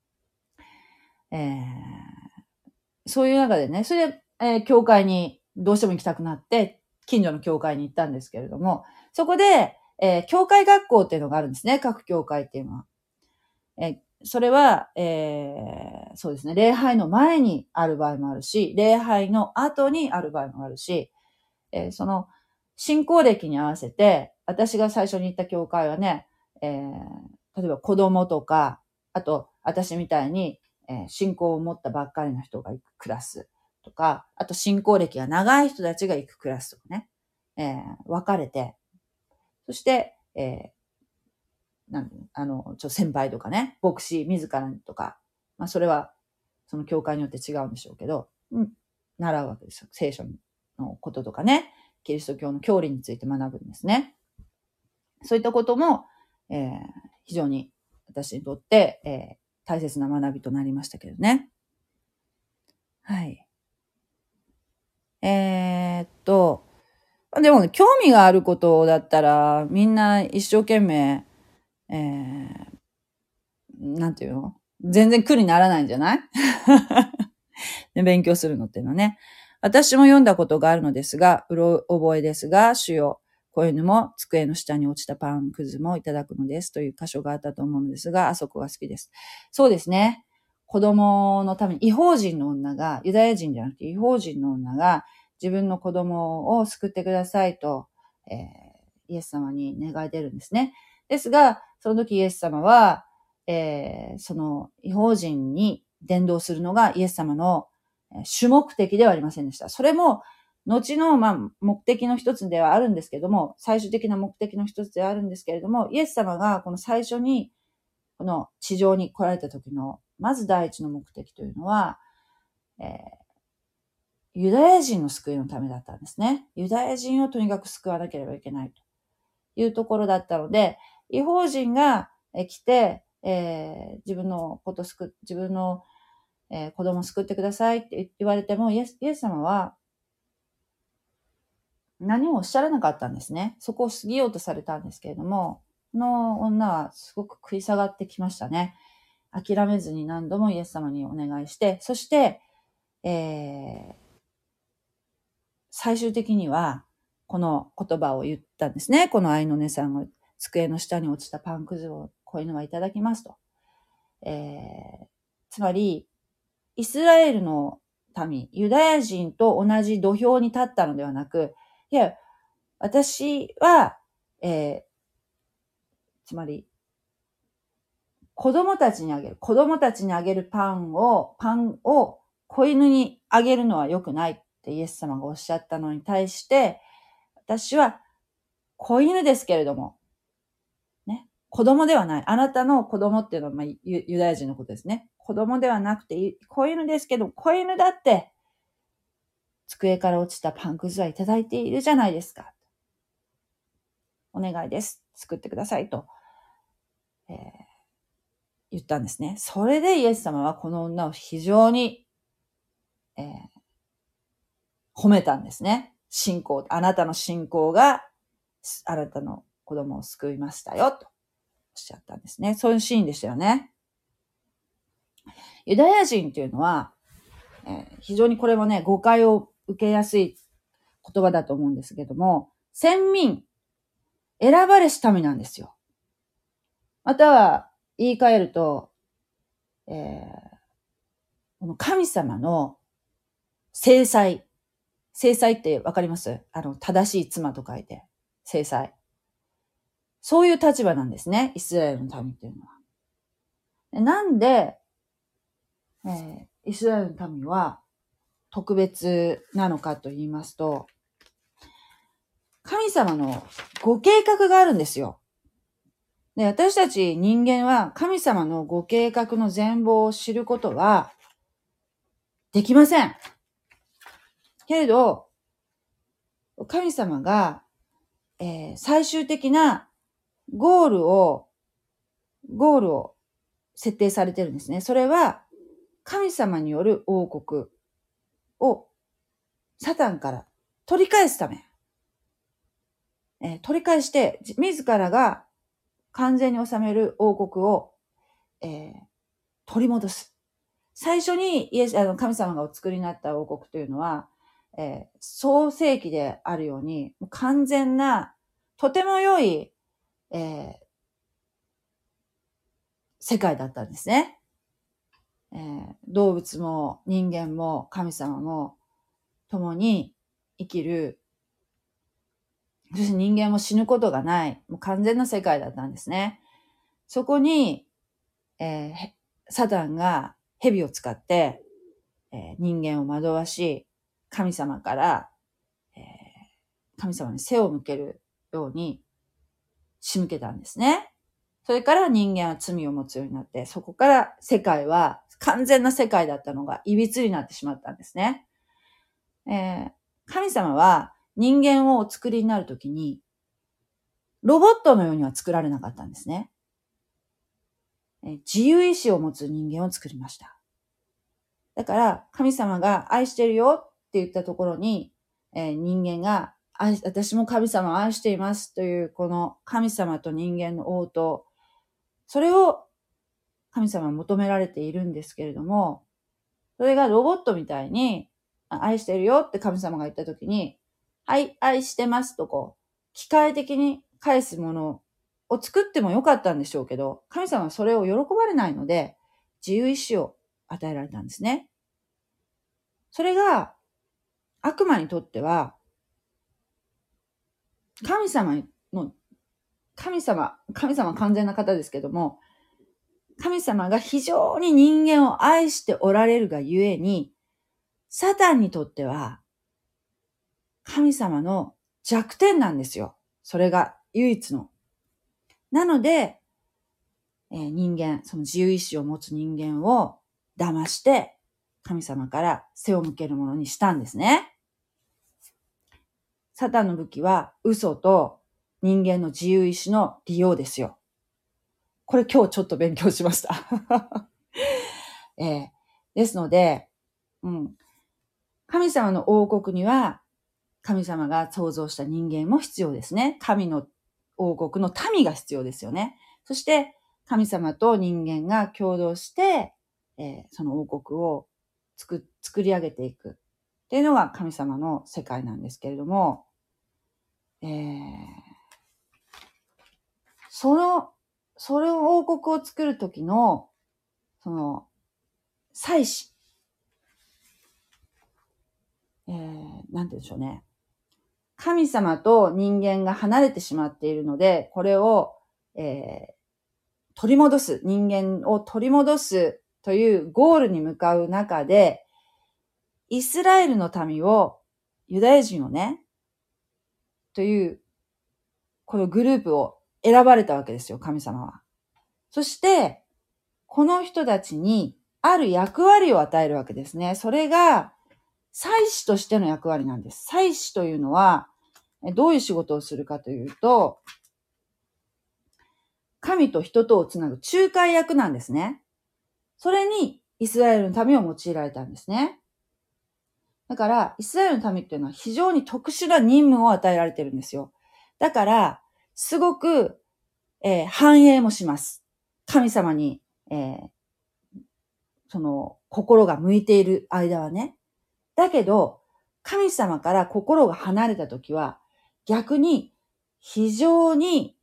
そういう中でね、それで、教会にどうしても行きたくなって、近所の教会に行ったんですけれども、そこで、教会学校っていうのがあるんですね、各教会っていうのは。それは、そうですね、礼拝の前にある場合もあるし、礼拝の後にある場合もあるし、その、信仰歴に合わせて、私が最初に行った教会はね、例えば子供とか、あと、私みたいに、信仰を持ったばっかりの人が行くクラスとか、あと信仰歴が長い人たちが行くクラスとかね、分かれて、そして、先輩とかね、牧師自らとか、まあそれは、その教会によって違うんでしょうけど、習うわけですよ。聖書のこととかね、キリスト教の教理について学ぶんですね。そういったことも、非常に私にとって、大切な学びとなりましたけどね。はい。でもね、興味があることだったら、みんな一生懸命、なんていうの？全然苦にならないんじゃないで勉強するのっていうのはね。私も読んだことがあるのですが、うろ覚えですが、主よ、子犬も机の下に落ちたパンくずもいただくのですという箇所があったと思うのですが、あそこが好きです。そうですね。子供のために、異邦人の女が、ユダヤ人じゃなくて異邦人の女が、自分の子供を救ってくださいと、イエス様に願い出るんですね。ですが、その時イエス様は、その異邦人に伝道するのがイエス様の主目的ではありませんでした。それも、後の、目的の一つではあるんですけれども、最終的な目的の一つではあるんですけれども、イエス様がこの最初に、この地上に来られた時の、まず第一の目的というのは、ユダヤ人の救いのためだったんですね。ユダヤ人をとにかく救わなければいけないというところだったので、異邦人が来て、自分の子供を救ってくださいって言われても、イエス様は何もおっしゃらなかったんですね。そこを過ぎようとされたんですけれども、この女はすごく食い下がってきましたね。諦めずに何度もイエス様にお願いして、そして、最終的にはこの言葉を言ったんですね。この愛の姉さんが机の下に落ちたパンくずをこういうのはいただきますと。つまり、イスラエルの民、ユダヤ人と同じ土俵に立ったのではなく、いや、私は、つまり、子供たちにあげるパンを子犬にあげるのは良くないってイエス様がおっしゃったのに対して、私は子犬ですけれども、ね、子供ではない。あなたの子供っていうのは、ユダヤ人のことですね。子供ではなくて、子犬ですけど、子犬だって、机から落ちたパンくずはいただいているじゃないですか。お願いです。作ってくださいと、言ったんですね。それでイエス様はこの女を非常に、褒めたんですね。あなたの信仰があなたの子供を救いましたよとおっしゃったんですね。そういうシーンでしたよね。ユダヤ人というのは、非常にこれもね、誤解を受けやすい言葉だと思うんですけども、選民、選ばれし民なんですよ。または、言い換えると、この神様の制裁。制裁ってわかります？正しい妻と書いて、制裁。そういう立場なんですね、イスラエルの民っていうのは。なんで、イスラエルの民は特別なのかと言いますと、神様のご計画があるんですよ。で、私たち人間は神様のご計画の全貌を知ることはできません。けれど、神様が最終的なゴールを設定されてるんですね。それは、神様による王国をサタンから取り返すため、取り返して、自らが完全に治める王国を、取り戻す。最初に神様がお作りになった王国というのは、創世記であるように、完全な、とても良い、世界だったんですね。動物も人間も神様も共に生きる、そして人間も死ぬことがない、もう完全な世界だったんですね。そこに、サタンが蛇を使って、人間を惑わし、神様から、神様に背を向けるように仕向けたんですね。それから人間は罪を持つようになって、そこから世界は完全な世界だったのが歪になってしまったんですね。神様は人間をお作りになるときに、ロボットのようには作られなかったんですね。自由意志を持つ人間を作りました。だから神様が愛してるよって言ったところに、人間が私も神様を愛していますというこの神様と人間の応答、それを神様は求められているんですけれども、それがロボットみたいに愛してるよって神様が言ったときに、はい、愛してますと機械的に返すものを作ってもよかったんでしょうけど、神様はそれを喜ばれないので、自由意志を与えられたんですね。それが悪魔にとっては、神様完全な方ですけども、神様が非常に人間を愛しておられるがゆえに、サタンにとっては、神様の弱点なんですよ。それが唯一の。なので、人間、その自由意志を持つ人間を騙して、神様から背を向けるものにしたんですね。サタンの武器は嘘と人間の自由意志の利用ですよ。これ今日ちょっと勉強しました。ですので、神様の王国には神様が創造した人間も必要ですね。神の王国の民が必要ですよね。そして神様と人間が共同して、その王国を作り上げていくっていうのが神様の世界なんですけれども、その王国を作るときの、祭司、なんて言うんでしょうね。神様と人間が離れてしまっているので、これを、人間を取り戻すというゴールに向かう中で、イスラエルの民を、ユダヤ人をね、という、このグループを選ばれたわけですよ、神様は。そして、この人たちにある役割を与えるわけですね。それが、祭司としての役割なんです。祭司というのは、どういう仕事をするかというと、神と人とをつなぐ仲介役なんですね。それにイスラエルの民を用いられたんですね。だから、イスラエルの民っていうのは非常に特殊な任務を与えられてるんですよ。だから、すごく、繁栄もします。神様に、心が向いている間はね。だけど、神様から心が離れたときは、逆に非常に、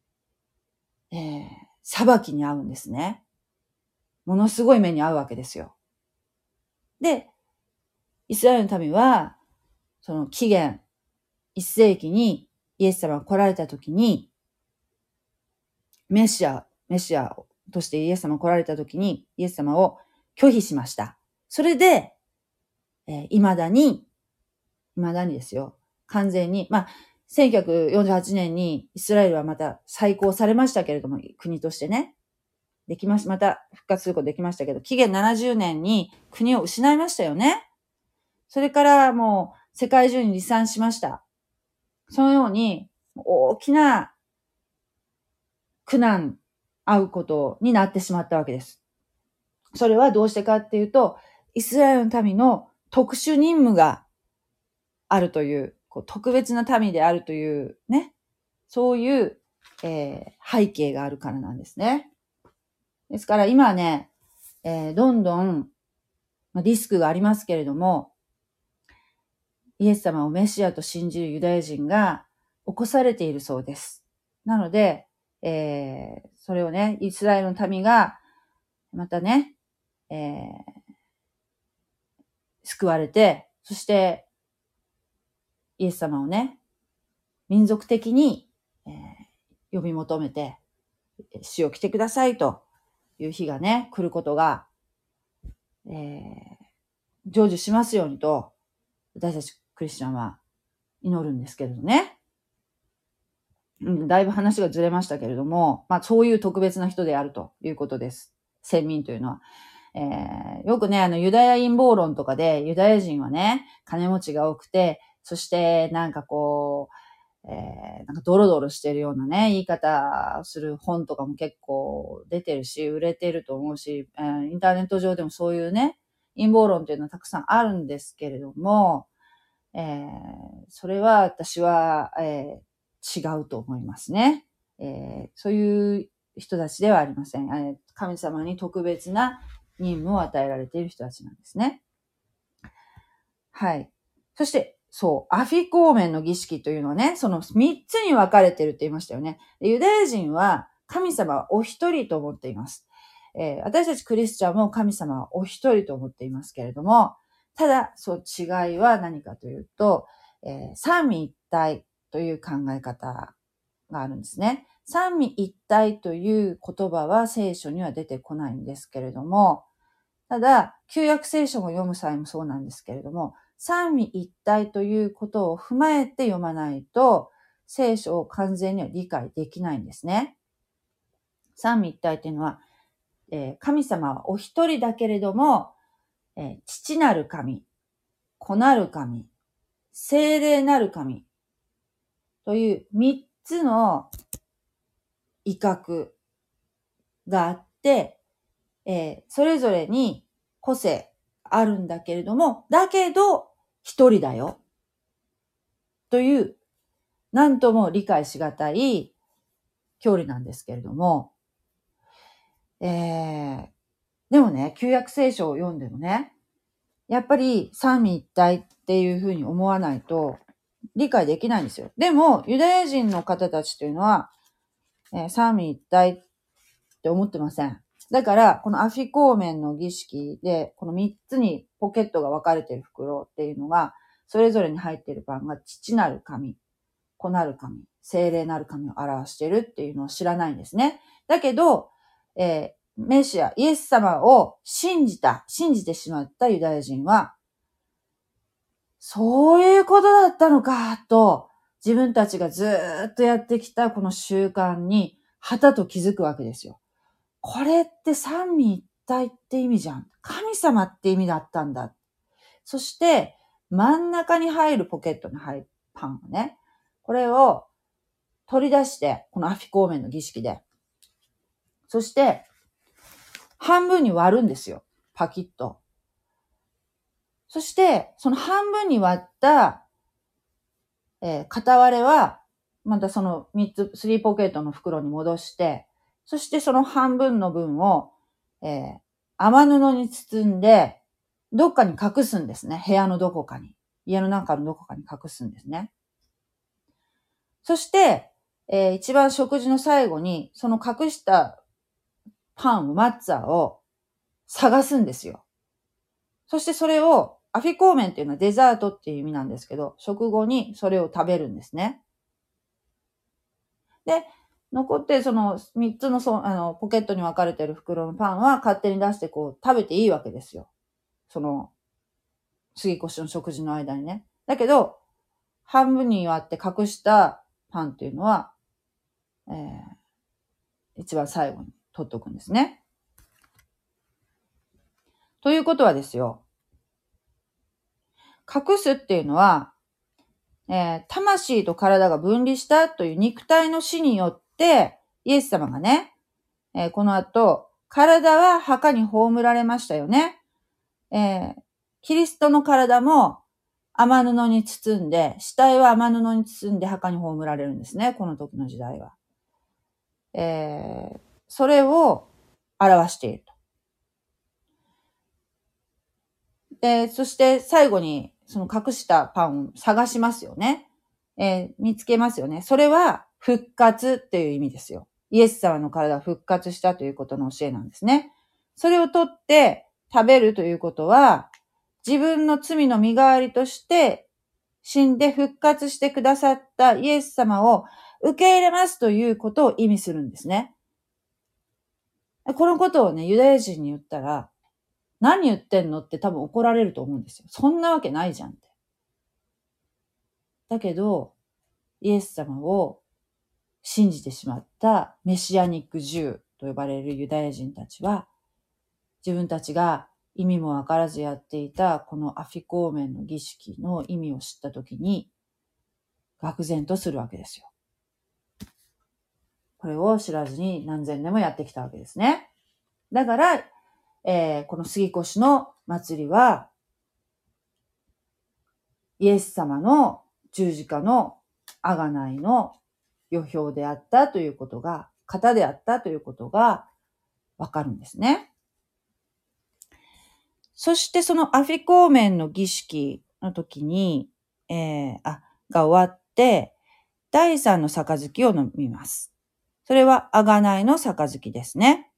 裁きに遭うんですね。ものすごい目に遭うわけですよ。で、イスラエルの民は、その紀元1世紀にイエス様が来られたときに、メシアとしてイエス様が来られたときに、イエス様を拒否しました。それで、未だにですよ。完全に、1948年にイスラエルはまた再興されましたけれども、国としてね。また復活することできましたけど、紀元70年に国を失いましたよね。それからもう世界中に離散しました。そのように、 大きな苦難、遭うことになってしまったわけです。それはどうしてかっていうと、イスラエルの民の特殊任務があるという、特別な民であるというね、そういう、背景があるからなんですね。ですから今はね、どんどんリスクがありますけれども、イエス様をメシアと信じるユダヤ人が起こされているそうです。なので、それをね、イスラエルの民がまたね、救われて、そしてイエス様をね、民族的に、呼び求めて、死を来てくださいという日がね、来ることが、成就しますようにと、私たちクリスチャンは祈るんですけれどね。だいぶ話がずれましたけれども、そういう特別な人であるということです。先民というのは。よくね、ユダヤ陰謀論とかで、ユダヤ人はね、金持ちが多くて、そしてなんかドロドロしてるようなね、言い方をする本とかも結構出てるし、売れてると思うし、インターネット上でもそういうね、陰謀論というのはたくさんあるんですけれども、それは私は、違うと思いますね。そういう人たちではありません。神様に特別な任務を与えられている人たちなんですね。はい。そして、アフィコーメンの儀式というのはね、その3つに分かれているって言いましたよね。ユダヤ人は神様はお一人と思っています。私たちクリスチャンも神様はお一人と思っていますけれども、ただ、違いは何かというと、三位一体という考え方があるんですね。三位一体という言葉は聖書には出てこないんですけれども、ただ、旧約聖書も読む際もそうなんですけれども、三位一体ということを踏まえて読まないと、聖書を完全には理解できないんですね。三位一体というのは、神様はお一人だけれども、父なる神、子なる神、聖霊なる神という三つの威嚇があって、それぞれに個性あるんだけれども、だけど一人だよ。という、なんとも理解しがたい教理なんですけれども、でもね、旧約聖書を読んでもね、やっぱり三位一体っていうふうに思わないと理解できないんですよ。でも、ユダヤ人の方たちというのは、三位一体って思ってません。だから、このアフィコーメンの儀式で、この3つにポケットが分かれている袋っていうのが、それぞれに入っているパンが父なる神、子なる神、聖霊なる神を表しているっていうのを知らないんですね。だけど、メシア、イエス様を信じてしまったユダヤ人は、そういうことだったのか、と、自分たちがずーっとやってきたこの習慣に、はたと気づくわけですよ。これって三位一体って意味じゃん。神様って意味だったんだ。そして、真ん中に入るポケットに入るパンをね、これを取り出して、このアフィコーメンの儀式で。そして、半分に割るんですよ。パキッと。そして、その半分に割った、片割れは、またそのスリーポケットの袋に戻して、そしてその半分の分を、雨布に包んで、どっかに隠すんですね。部屋のどこかに。家の中のどこかに隠すんですね。そして、一番食事の最後に、その隠したパン、マッツァを探すんですよ。そしてそれを、アフィコーメンっていうのはデザートっていう意味なんですけど、食後にそれを食べるんですね。で、残ってその3つのポケットに分かれてる袋のパンは勝手に出して食べていいわけですよ。その、杉越の食事の間にね。だけど、半分に割って隠したパンっていうのは、一番最後に取っとくんですね。ということはですよ。隠すっていうのは、 魂と体が分離したという肉体の死によって、イエス様がね、この後、体は墓に葬られましたよね。キリストの体も雨布に包んで、死体は雨布に包んで墓に葬られるんですね、この時の時代は。それを表していると。そして最後にその隠したパンを探しますよね。見つけますよね。それは復活っていう意味ですよ。イエス様の体が復活したということの教えなんですね。それを取って食べるということは、自分の罪の身代わりとして死んで復活してくださったイエス様を受け入れますということを意味するんですね。このことをね、ユダヤ人に言ったら、何言ってんのって多分怒られると思うんですよ。そんなわけないじゃんって。だけど、イエス様を信じてしまったメシアニックジューと呼ばれるユダヤ人たちは、自分たちが意味もわからずやっていたこのアフィコーメンの儀式の意味を知ったときに、愕然とするわけですよ。これを知らずに何千年もやってきたわけですね。だから、この杉越の祭りは、イエス様の十字架の贖いの予表であったということが、型であったということがわかるんですね。そしてそのアフィコーメンの儀式の時に、が終わって、第三の杯を飲みます。それは贖いの杯ですね。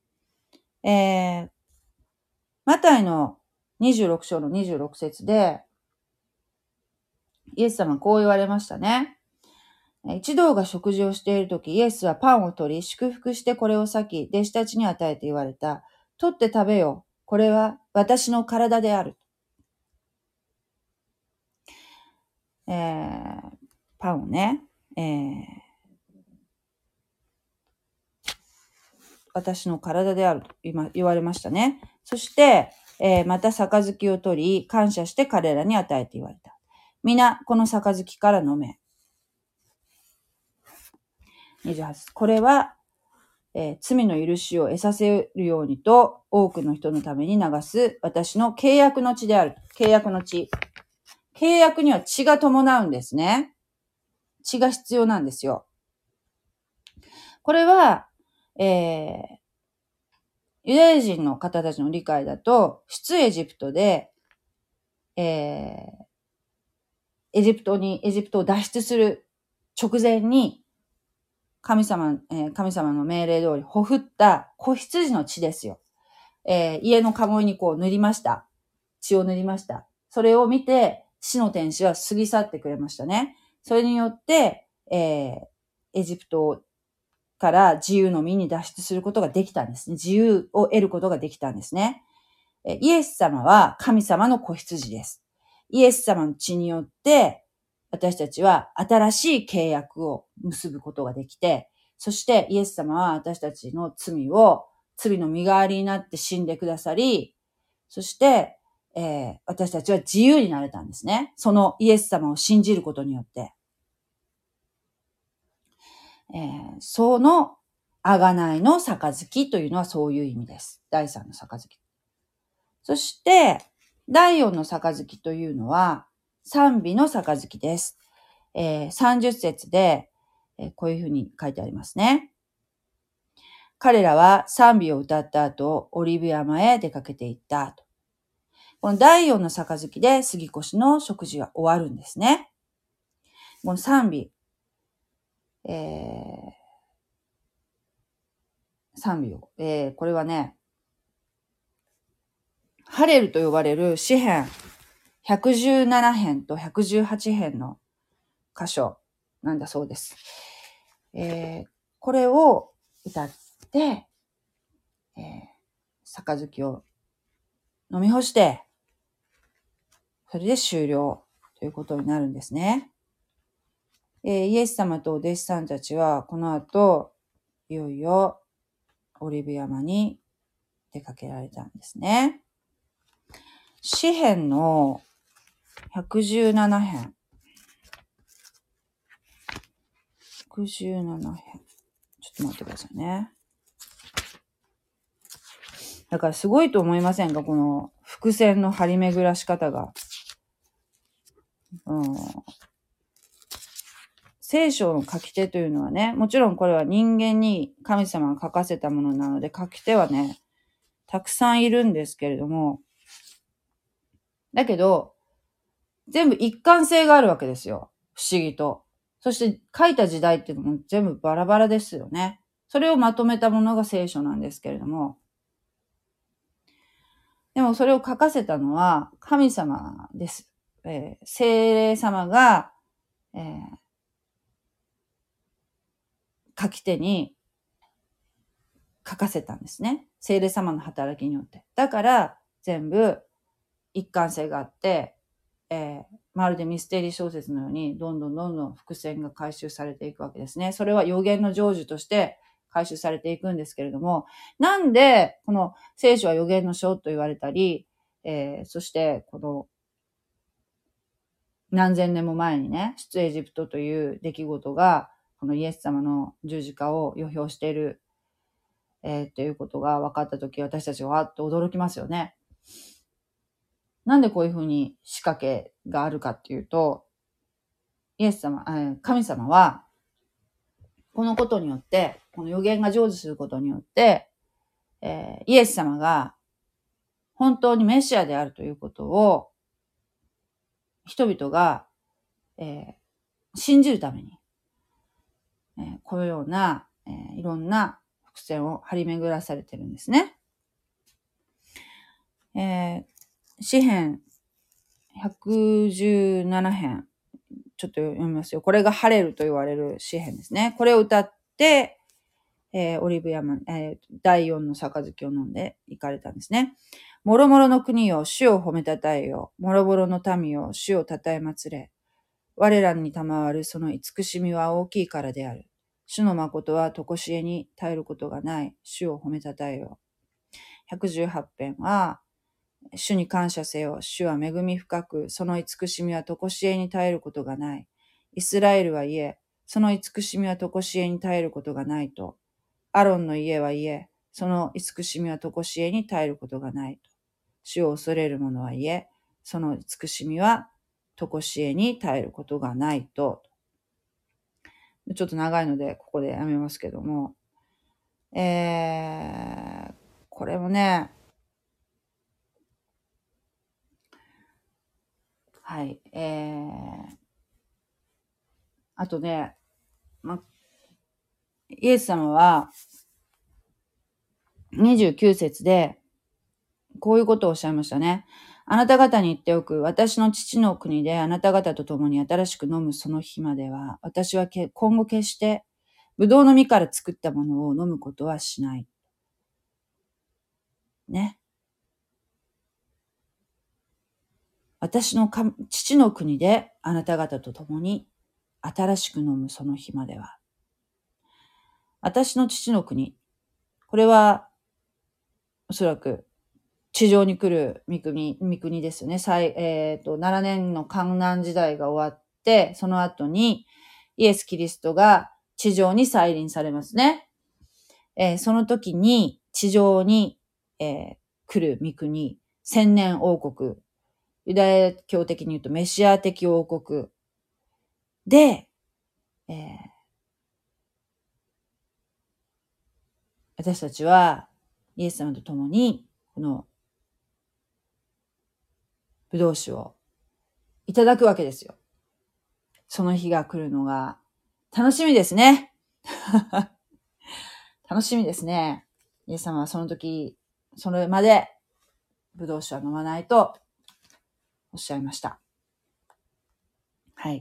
マタイの26章の26節で、イエス様はこう言われましたね。一同が食事をしているとき、イエスはパンを取り、祝福してこれを裂き、弟子たちに与えて言われた。取って食べよう。これは私の体である。パンをね、私の体であると今言われましたね。そして、また杯を取り、感謝して彼らに与えて言われた。皆、この杯から飲め。28。これは、罪の許しを得させるようにと多くの人のために流す私の契約の血である。契約の血。契約には血が伴うんですね。血が必要なんですよ。これは、ユダヤ人の方たちの理解だと、出エジプトで、エジプトを脱出する直前に、神様の命令通り、ほふった子羊の血ですよ。家の鴨居にこう塗りました。血を塗りました。それを見て、死の天使は過ぎ去ってくれましたね。それによって、エジプトから自由の身に脱出することができたんですね。自由を得ることができたんですね。イエス様は神様の子羊です。イエス様の血によって、私たちは新しい契約を結ぶことができて、そしてイエス様は私たちの罪の身代わりになって死んでくださり、そして、私たちは自由になれたんですね。そのイエス様を信じることによって。その贖いの杯というのはそういう意味です。第三の杯。そして、第四の杯というのは賛美の杯です。30節で、こういうふうに書いてありますね。彼らは賛美を歌った後、オリーブ山へ出かけていったと。この第四の杯で杉越の食事は終わるんですね。この賛美、賛美を、これはね、ハレルと呼ばれる詩編117編と118編の箇所なんだそうです。これを歌って、杯を飲み干して、それで終了ということになるんですね。イエス様とお弟子さんたちはこの後、いよいよオリーブ山に出かけられたんですね。詩編の117編。 117編。ちょっと待ってくださいね。だからすごいと思いませんか？この伏線の張り巡らし方が。聖書の書き手というのはね、もちろんこれは人間に神様が書かせたものなので、書き手はね、たくさんいるんですけれども、だけど、全部一貫性があるわけですよ。不思議と。そして書いた時代っていうのも全部バラバラですよね。それをまとめたものが聖書なんですけれども、でもそれを書かせたのは神様です。聖霊様が、書き手に書かせたんですね。聖霊様の働きによって。だから全部一貫性があって、まるでミステリー小説のようにどんどん伏線が回収されていくわけですね。それは予言の成就として回収されていくんですけれども、なんでこの聖書は予言の書と言われたり、そしてこの何千年も前にね、出エジプトという出来事がこのイエス様の十字架を予表している、ということが分かったとき、私たちはわっと驚きますよね。なんでこういうふうに仕掛けがあるかっていうと、イエス様、神様は、このことによって、この予言が成就することによって、イエス様が本当にメシアであるということを、人々が、信じるために、このような、いろんな伏線を張り巡らされてるんですね。詩編117編。ちょっと読みますよ。これがハレルと言われる詩編ですね。これを歌って、オリブ山、第4の杯を飲んで行かれたんですね。もろもろの国を主を褒めたたえよ。もろもろの民を主をたたえ祭れ。我らに賜るその慈しみは大きいからである。主の誠はとこしえに絶えることがない。主を褒めたたえよ。118編は、主に感謝せよ。主は恵み深く、その慈しみはとこしえに絶えることがない。イスラエルは言え、その慈しみはとこしえに絶えることがないと。アロンの家は言え、その慈しみはとこしえに絶えることがないと。主を恐れる者は言え、その慈しみはとこしえに絶えることがないと。ちょっと長いので、ここでやめますけども。これもね、はい。あとね、イエス様は29節でこういうことをおっしゃいましたね。あなた方に言っておく。私の父の国であなた方と共に新しく飲むその日までは、私は今後決してブドウの実から作ったものを飲むことはしない。ね。私の父の国であなた方と共に新しく飲むその日までは。私の父の国。これはおそらく地上に来る御国ですよね。7年の患難時代が終わって、その後にイエス・キリストが地上に再臨されますね。その時に地上に、来る御国、千年王国、ユダヤ教的に言うとメシア的王国で、私たちはイエス様と共にこのブドウ酒をいただくわけですよ。その日が来るのが楽しみですね。楽しみですね。イエス様はその時、それまでブドウ酒は飲まないとおっしゃいました。はい。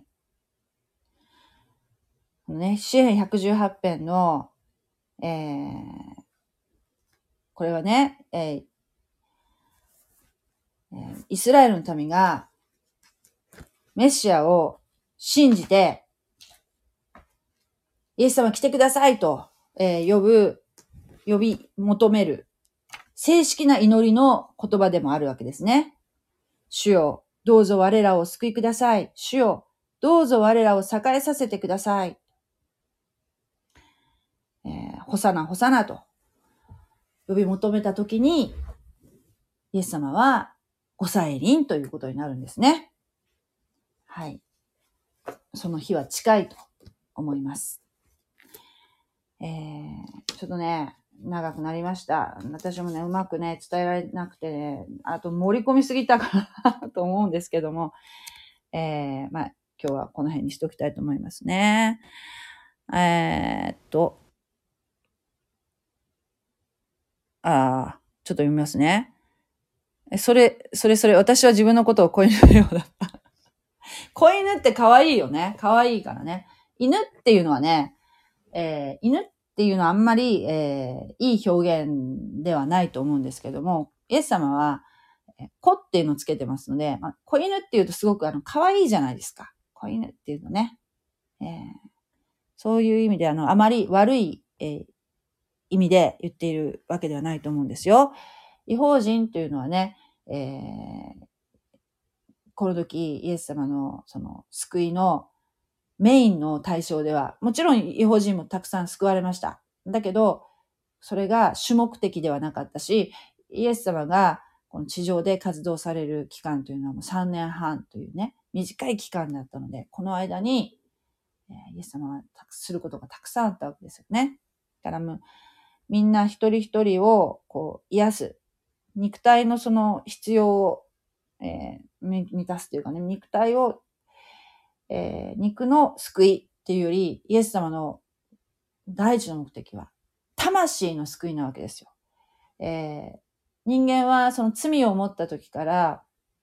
このね、詩編118編の、これはね、イスラエルの民がメシアを信じて、イエス様来てくださいと、呼び求める正式な祈りの言葉でもあるわけですね。主よ、どうぞ我らを救いください。主よ、どうぞ我らを栄えさせてください。 ホサナ、ホサナと呼び求めたときに、イエス様はご再臨ということになるんですね。はい。その日は近いと思います。ちょっとね、長くなりました。私もね、うまくね、伝えられなくてね、あと盛り込みすぎたかなと思うんですけども、今日はこの辺にしておきたいと思いますね。ちょっと読みますね。それ、私は自分のことを子犬のようだった。子犬って可愛いよね。可愛いからね。犬っていうのはね、犬っていうのはあんまり、いい表現ではないと思うんですけども、イエス様は、子っていうのをつけてますので、子犬っていうとすごく可愛いじゃないですか。子犬っていうのね。そういう意味であまり悪い、意味で言っているわけではないと思うんですよ。異邦人というのはね、この時イエス様のその救いのメインの対象では、もちろん異邦人もたくさん救われました。だけど、それが主目的ではなかったし、イエス様がこの地上で活動される期間というのはもう3年半というね、短い期間だったので、この間に、イエス様はすることがたくさんあったわけですよね。だからもうみんな一人一人をこう癒す。肉体のその必要を、満たすというかね、肉体を、肉の救いっていうより、イエス様の第一の目的は、魂の救いなわけですよ。人間はその罪を持った時から、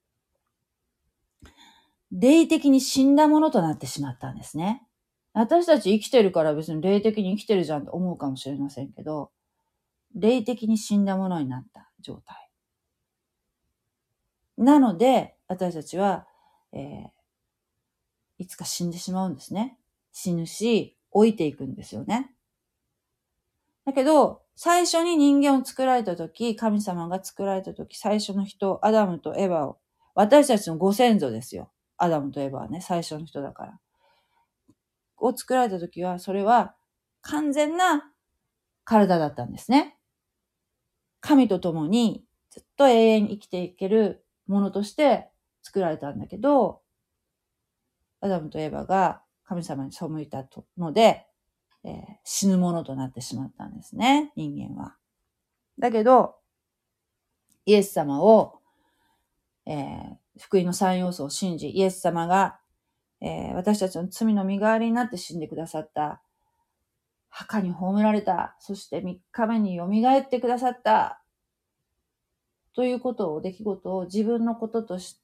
霊的に死んだものとなってしまったんですね。私たち生きてるから別に霊的に生きてるじゃんと思うかもしれませんけど、霊的に死んだものになった状態。なので、私たちは、いつか死んでしまうんですね。死ぬし、老いていくんですよね。だけど、最初に人間を作られたとき、神様が作られたとき、最初の人、アダムとエバを、私たちのご先祖ですよ。アダムとエバはね、最初の人だから。を作られたときは、それは完全な体だったんですね。神と共にずっと永遠に生きていけるものとして作られたんだけど、アダムとエバが神様に背いたので、死ぬものとなってしまったんですね、人間は。だけど、イエス様を、福音の3要素を信じ、イエス様が、私たちの罪の身代わりになって死んでくださった。墓に葬られた。そして3日目に蘇ってくださった。という出来事を自分のこととして、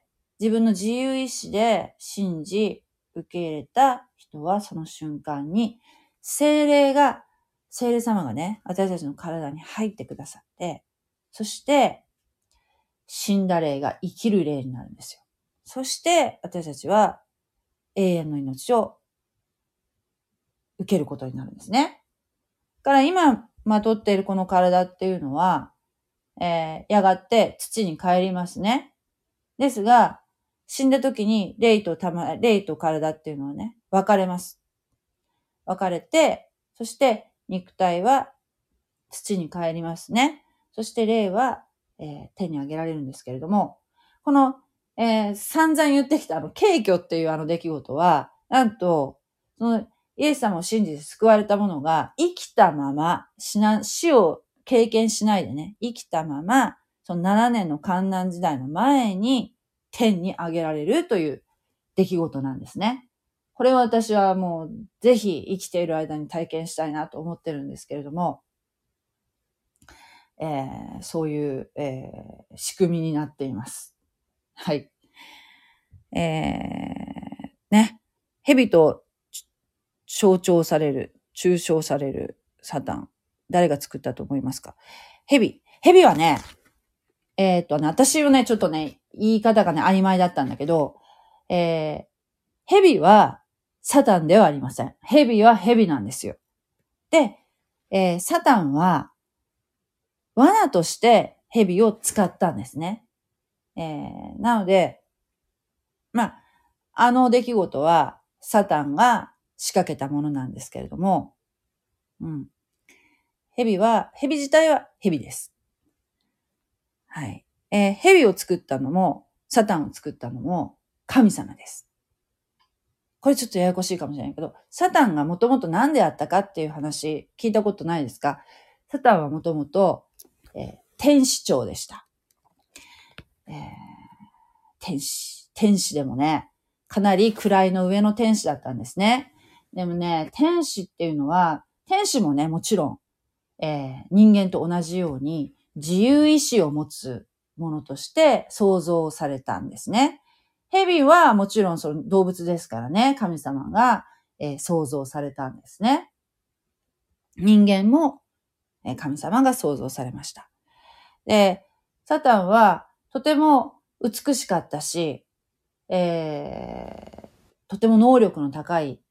自分の自由意志で信じ、受け入れた人はその瞬間に、聖霊様がね、私たちの体に入ってくださって、そして、死んだ霊が生きる霊になるんですよ。そして、私たちは永遠の命を受けることになるんですね。だから今、まとっているこの体っていうのは、やがて土に帰りますね。ですが、死んだ時に霊と体っていうのはね、分かれます。分かれて、そして肉体は土に帰りますね。そして霊は、天に上げられるんですけれども、この、散々言ってきた軽挙っていう出来事は、なんと、そのイエス様を信じて救われた者が生きたまま、死を経験しないでね、生きたまま、その7年の患難時代の前に天に上げられるという出来事なんですね。これは私はもうぜひ生きている間に体験したいなと思ってるんですけれども、そういう、仕組みになっています。はい。ね。蛇と象徴される、抽象されるサタン。誰が作ったと思いますか？蛇はね、私はね、ちょっとね、言い方がね、曖昧だったんだけど、蛇はサタンではありません。蛇は蛇なんですよ。で、サタンは罠として蛇を使ったんですね。なので、あの出来事はサタンが仕掛けたものなんですけれども、 蛇自体は蛇です。はい。蛇を作ったのも、サタンを作ったのも神様です。これちょっとややこしいかもしれないけど、サタンがもともと何であったかっていう話聞いたことないですか？サタンはもともと天使長でした。天使でもね、かなり位の上の天使だったんですね。でもね、天使っていうのは、天使もね、もちろん、人間と同じように自由意志を持つものとして創造されたんですね。蛇はもちろんその動物ですからね、神様が、創造されたんですね。人間も、神様が創造されました。で、サタンはとても美しかったし、とても能力の高い、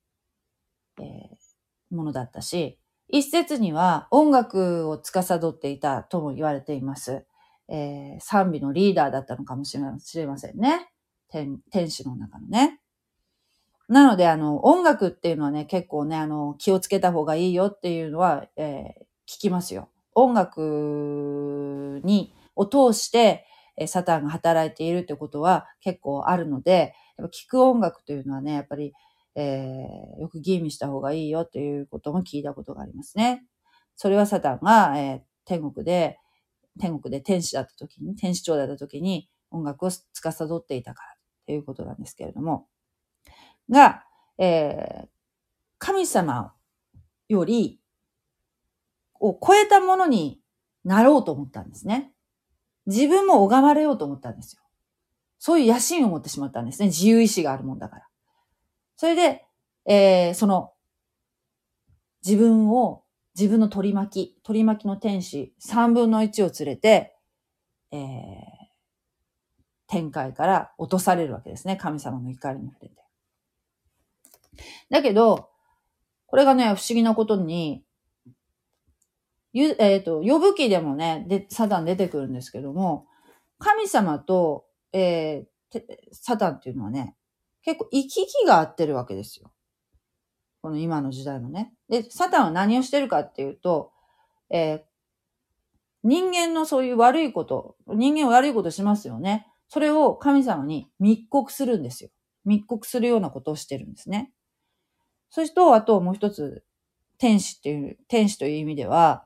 ものだったし、一説には音楽を司っていたとも言われています。賛美のリーダーだったのかもしれませんね。天使の中のね。なので、音楽っていうのはね、結構ね、気をつけた方がいいよっていうのは、聞きますよ。音楽を通して、サタンが働いているってことは結構あるので、やっぱ聞く音楽というのはね、やっぱり、よく吟味した方がいいよっていうことも聞いたことがありますね。それはサタンが、天国で天使長だった時に音楽を司っていたからっていうことなんですけれども。が、神様よりを超えたものになろうと思ったんですね。自分も拝まれようと思ったんですよ。そういう野心を持ってしまったんですね。自由意志があるもんだから。それで、その自分の取り巻きの天使3分の1を連れて、天界から落とされるわけですね。神様の怒りに触れて。だけど、これがね、不思議なことに、呼ぶ記でもね、サタン出てくるんですけども、神様と、サタンっていうのはね、結構行き来が合ってるわけですよ。この今の時代もね。で、サタンは何をしてるかっていうと、人間のそういう人間悪いことしますよね。それを神様に密告するんですよ。密告するようなことをしてるんですね。そしてあともう一つ、天使という意味では、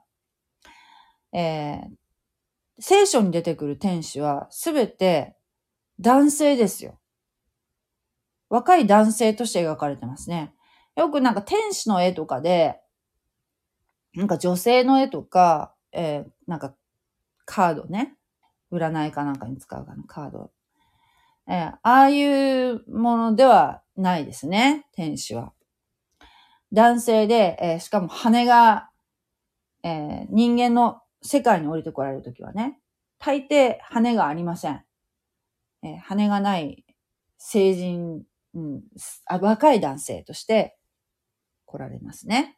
聖書に出てくる天使はすべて男性ですよ。若い男性として描かれてますね。よくなんか天使の絵とかで、なんか女性の絵とか、なんかカードね。占いかなんかに使うカード。ああいうものではないですね、天使は。男性で、しかも羽が、人間の世界に降りてこられるときはね、大抵羽がありません。羽がない成人、若い男性として来られますね。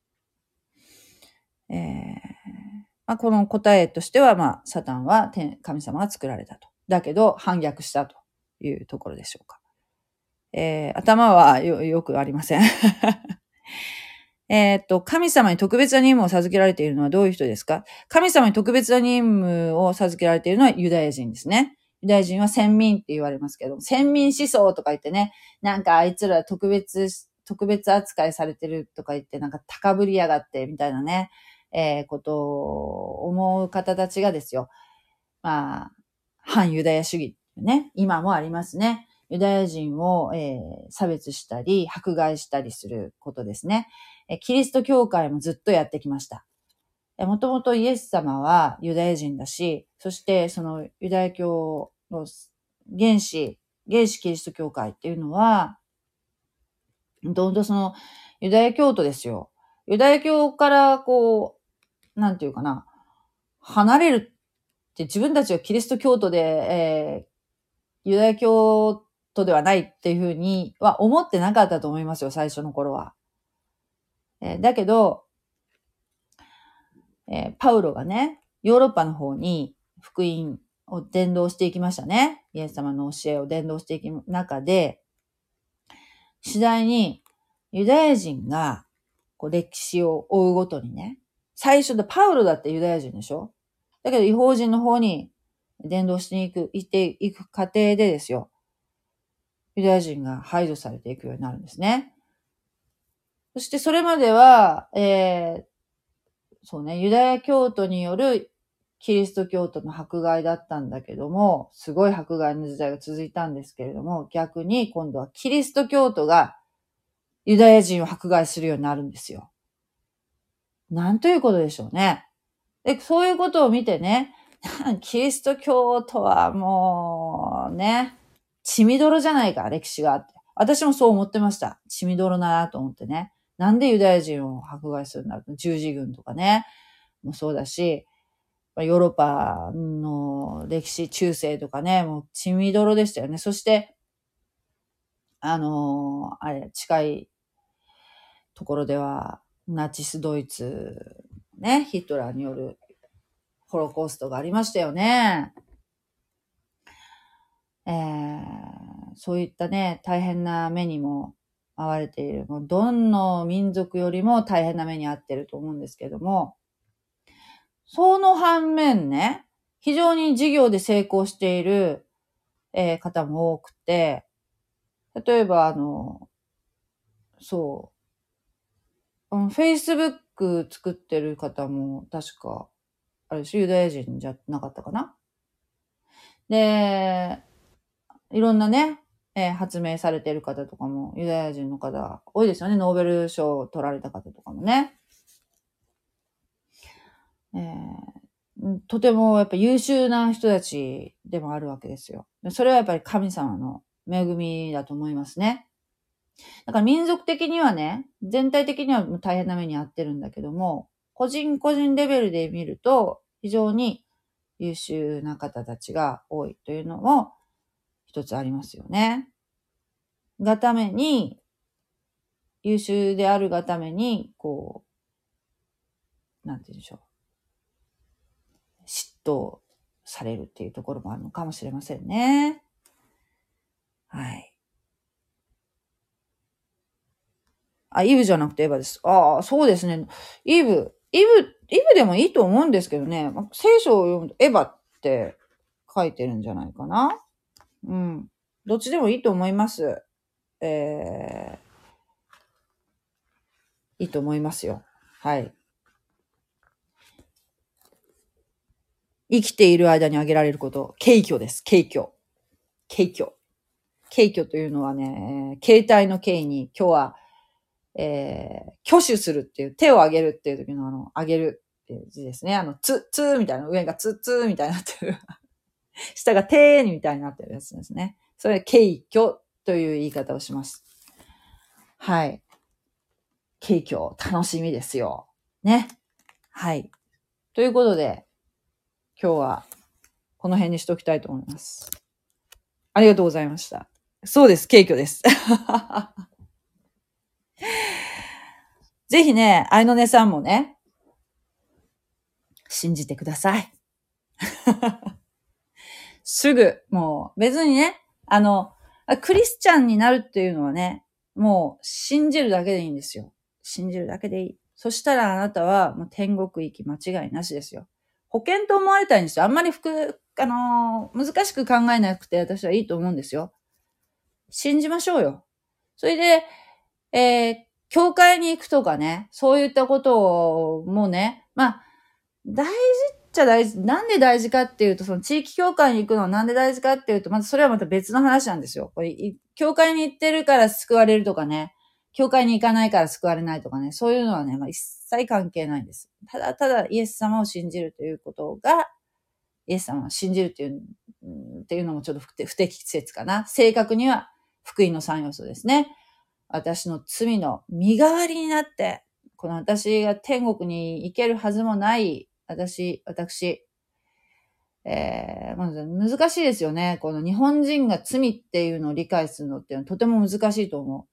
この答えとしては、サタンは神様が作られたと。だけど反逆したというところでしょうか。頭はよくありません。神様に特別な任務を授けられているのはどういう人ですか？神様に特別な任務を授けられているのはユダヤ人ですね。ユダヤ人は先民って言われますけど、先民思想とか言ってね、なんかあいつら特別扱いされてるとか言って、なんか高ぶりやがってみたいなね、ことを思う方たちがですよ。反ユダヤ主義ね、今もありますね。ユダヤ人を、差別したり、迫害したりすることですね。キリスト教会もずっとやってきました。もともとイエス様はユダヤ人だし、そしてそのユダヤ教の原始キリスト教会っていうのは、どんどんそのユダヤ教徒ですよ。ユダヤ教からなんていうかな、離れるって自分たちはキリスト教徒で、ユダヤ教徒ではないっていうふうには思ってなかったと思いますよ、最初の頃は。だけど、パウロがね、ヨーロッパの方に福音を伝道していきましたね。イエス様の教えを伝道していく中で、次第にユダヤ人が歴史を追うごとにね、 最初でパウロだってユダヤ人でしょ。だけど違法人の方に伝道していく過程でですよ。ユダヤ人が排除されていくようになるんですね。そしてそれまでは、そうね、ユダヤ教徒によるキリスト教徒の迫害だったんだけども、すごい迫害の時代が続いたんですけれども、逆に今度はキリスト教徒がユダヤ人を迫害するようになるんですよ。なんということでしょうね。で、そういうことを見てね、キリスト教徒はもうね、血みどろじゃないか、歴史があって。私もそう思ってました。血みどろだなと思ってね。なんでユダヤ人を迫害するんだろう。十字軍とかね。もそうだし、ヨーロッパの歴史、中世とかね、もう血みどろでしたよね。そして、近いところでは、ナチスドイツ、ね、ヒトラーによるホロコーストがありましたよね。そういったね、大変な目にも遭われている。もうどの民族よりも大変な目に遭っていると思うんですけども、その反面ね、非常に事業で成功している、方も多くて、例えばFacebook 作ってる方も確か、あれでしょ、ユダヤ人じゃなかったかな。で、いろんなね、発明されている方とかも、ユダヤ人の方多いですよね。ノーベル賞を取られた方とかもね。とてもやっぱ優秀な人たちでもあるわけですよ。それはやっぱり神様の恵みだと思いますね。だから民族的にはね、全体的には大変な目に遭ってるんだけども、個人個人レベルで見ると非常に優秀な方たちが多いというのも一つありますよね。がために、優秀であるがために、なんて言うんでしょう。嫉妬されるっていうところもあるのかもしれませんね。はい。イブじゃなくてエヴァです。そうですね。イブでもいいと思うんですけどね。聖書を読むとエヴァって書いてるんじゃないかな。うん。どっちでもいいと思います。いいと思いますよ。はい。生きている間に挙げられること、敬虚です。敬虚。敬虚。敬虚というのはね、携帯の敬に、今日は、挙手するっていう、手を挙げるっていう時の挙げるっていう字ですね。つみたいな、上がつみたいになってる。下がてーにみたいになってるやつですね。それ、敬虚という言い方をします。はい。敬虚、楽しみですよ。ね。はい。ということで、今日はこの辺にしておきたいと思います。ありがとうございました。そうです、敬虚です。ぜひね、愛の音さんもね、信じてください。すぐ、もう別にね、クリスチャンになるっていうのはね、もう信じるだけでいいんですよ。信じるだけでいい。そしたらあなたはもう天国行き間違いなしですよ。保険と思われたいんですよ。あんまり難しく考えなくて私はいいと思うんですよ。信じましょうよ。それで、教会に行くとかね、そういったことをもうね、大事っちゃ大事。なんで大事かっていうと、その地域教会に行くのはなんで大事かっていうと、まずそれはまた別の話なんですよ。これ、教会に行ってるから救われるとかね、教会に行かないから救われないとかね、そういうのはね、一切関係ないんです。ただただイエス様を信じるということが、イエス様を信じるっていうのもちょっと不適切かな。正確には福音の3要素ですね。私の罪の身代わりになって、この私が天国に行けるはずもない私、難しいですよね。この日本人が罪っていうのを理解するのっていうのはとても難しいと思う。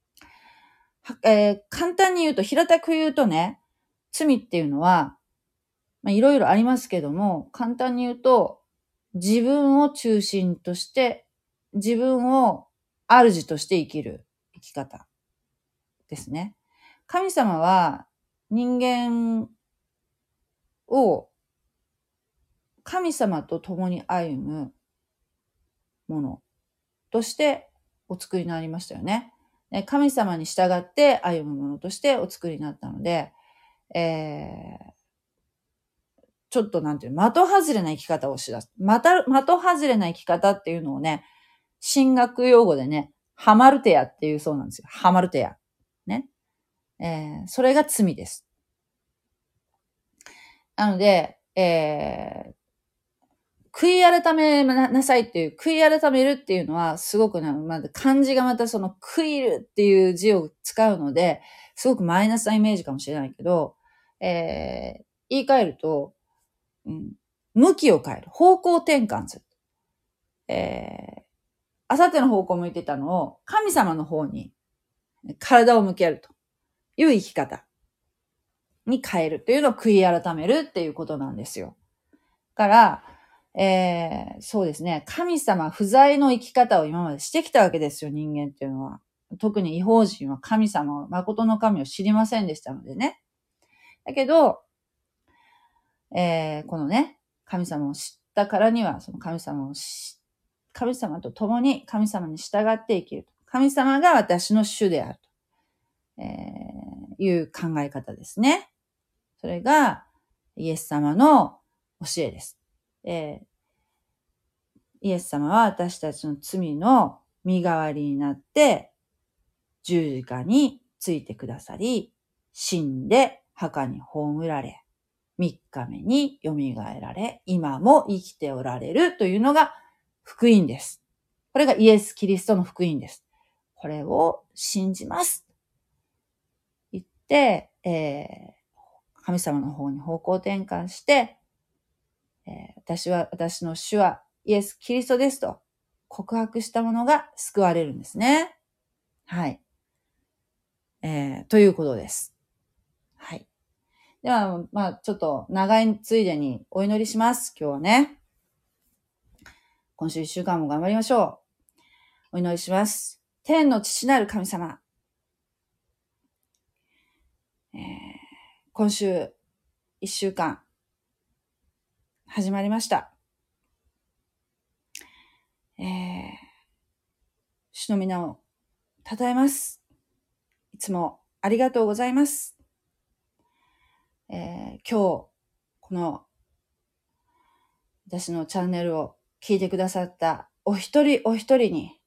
簡単に言うと、平たく言うとね、罪っていうのは、いろいろありますけども、簡単に言うと、自分を中心として、自分を主として生きる生き方ですね。神様は人間を神様と共に歩むものとしてお作りになりましたよね。神様に従って歩むものとしてお作りになったので、ちょっとなんていう、的外れな生き方をしだす。的外れな生き方っていうのをね、神学用語でね、ハマルテアっていうそうなんですよ。ハマルテア。ね。それが罪です。なので、悔い改めなさいっていう、悔い改めるっていうのは、すごくね、漢字がまたその悔いるっていう字を使うので、すごくマイナスなイメージかもしれないけど、言い換えると、向きを変える。方向転換する。あさっての方向を向いてたのを、神様の方に体を向けるという生き方に変えるというのを悔い改めるっていうことなんですよ。から、そうですね。神様不在の生き方を今までしてきたわけですよ、人間っていうのは。特に異邦人は神様、誠の神を知りませんでしたのでね。だけど、このね、神様を知ったからには、その神様と共に神様に従って生きる。神様が私の主であると、いう考え方ですね。それがイエス様の教えです。イエス様は私たちの罪の身代わりになって十字架についてくださり、死んで墓に葬られ、3日目に蘇られ、今も生きておられるというのが福音です。これがイエス・キリストの福音です。これを信じます。言って、神様の方に方向転換して、私の主はイエス・キリストですと告白したものが救われるんですね。はい。ということです。はい。では、ちょっと長いついでにお祈りします。今日はね。今週1週間も頑張りましょう。お祈りします。天の父なる神様。今週1週間始まりました。主の皆を称えます。いつもありがとうございます。今日、この私のチャンネルを聞いてくださったお一人お一人に、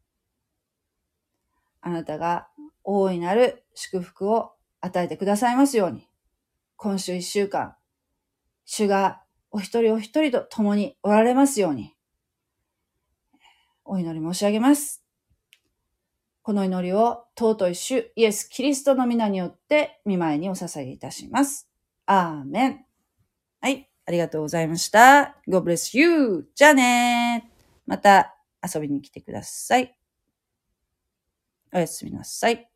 あなたが大いなる祝福を与えてくださいますように、今週1週間、主がお一人お一人と共におられますように、お祈り申し上げます。この祈りを尊い主イエス・キリストの皆によって御前にお捧げいたします。アーメン。はい、ありがとうございました。God bless you! じゃあねー。また遊びに来てください。おやすみなさい。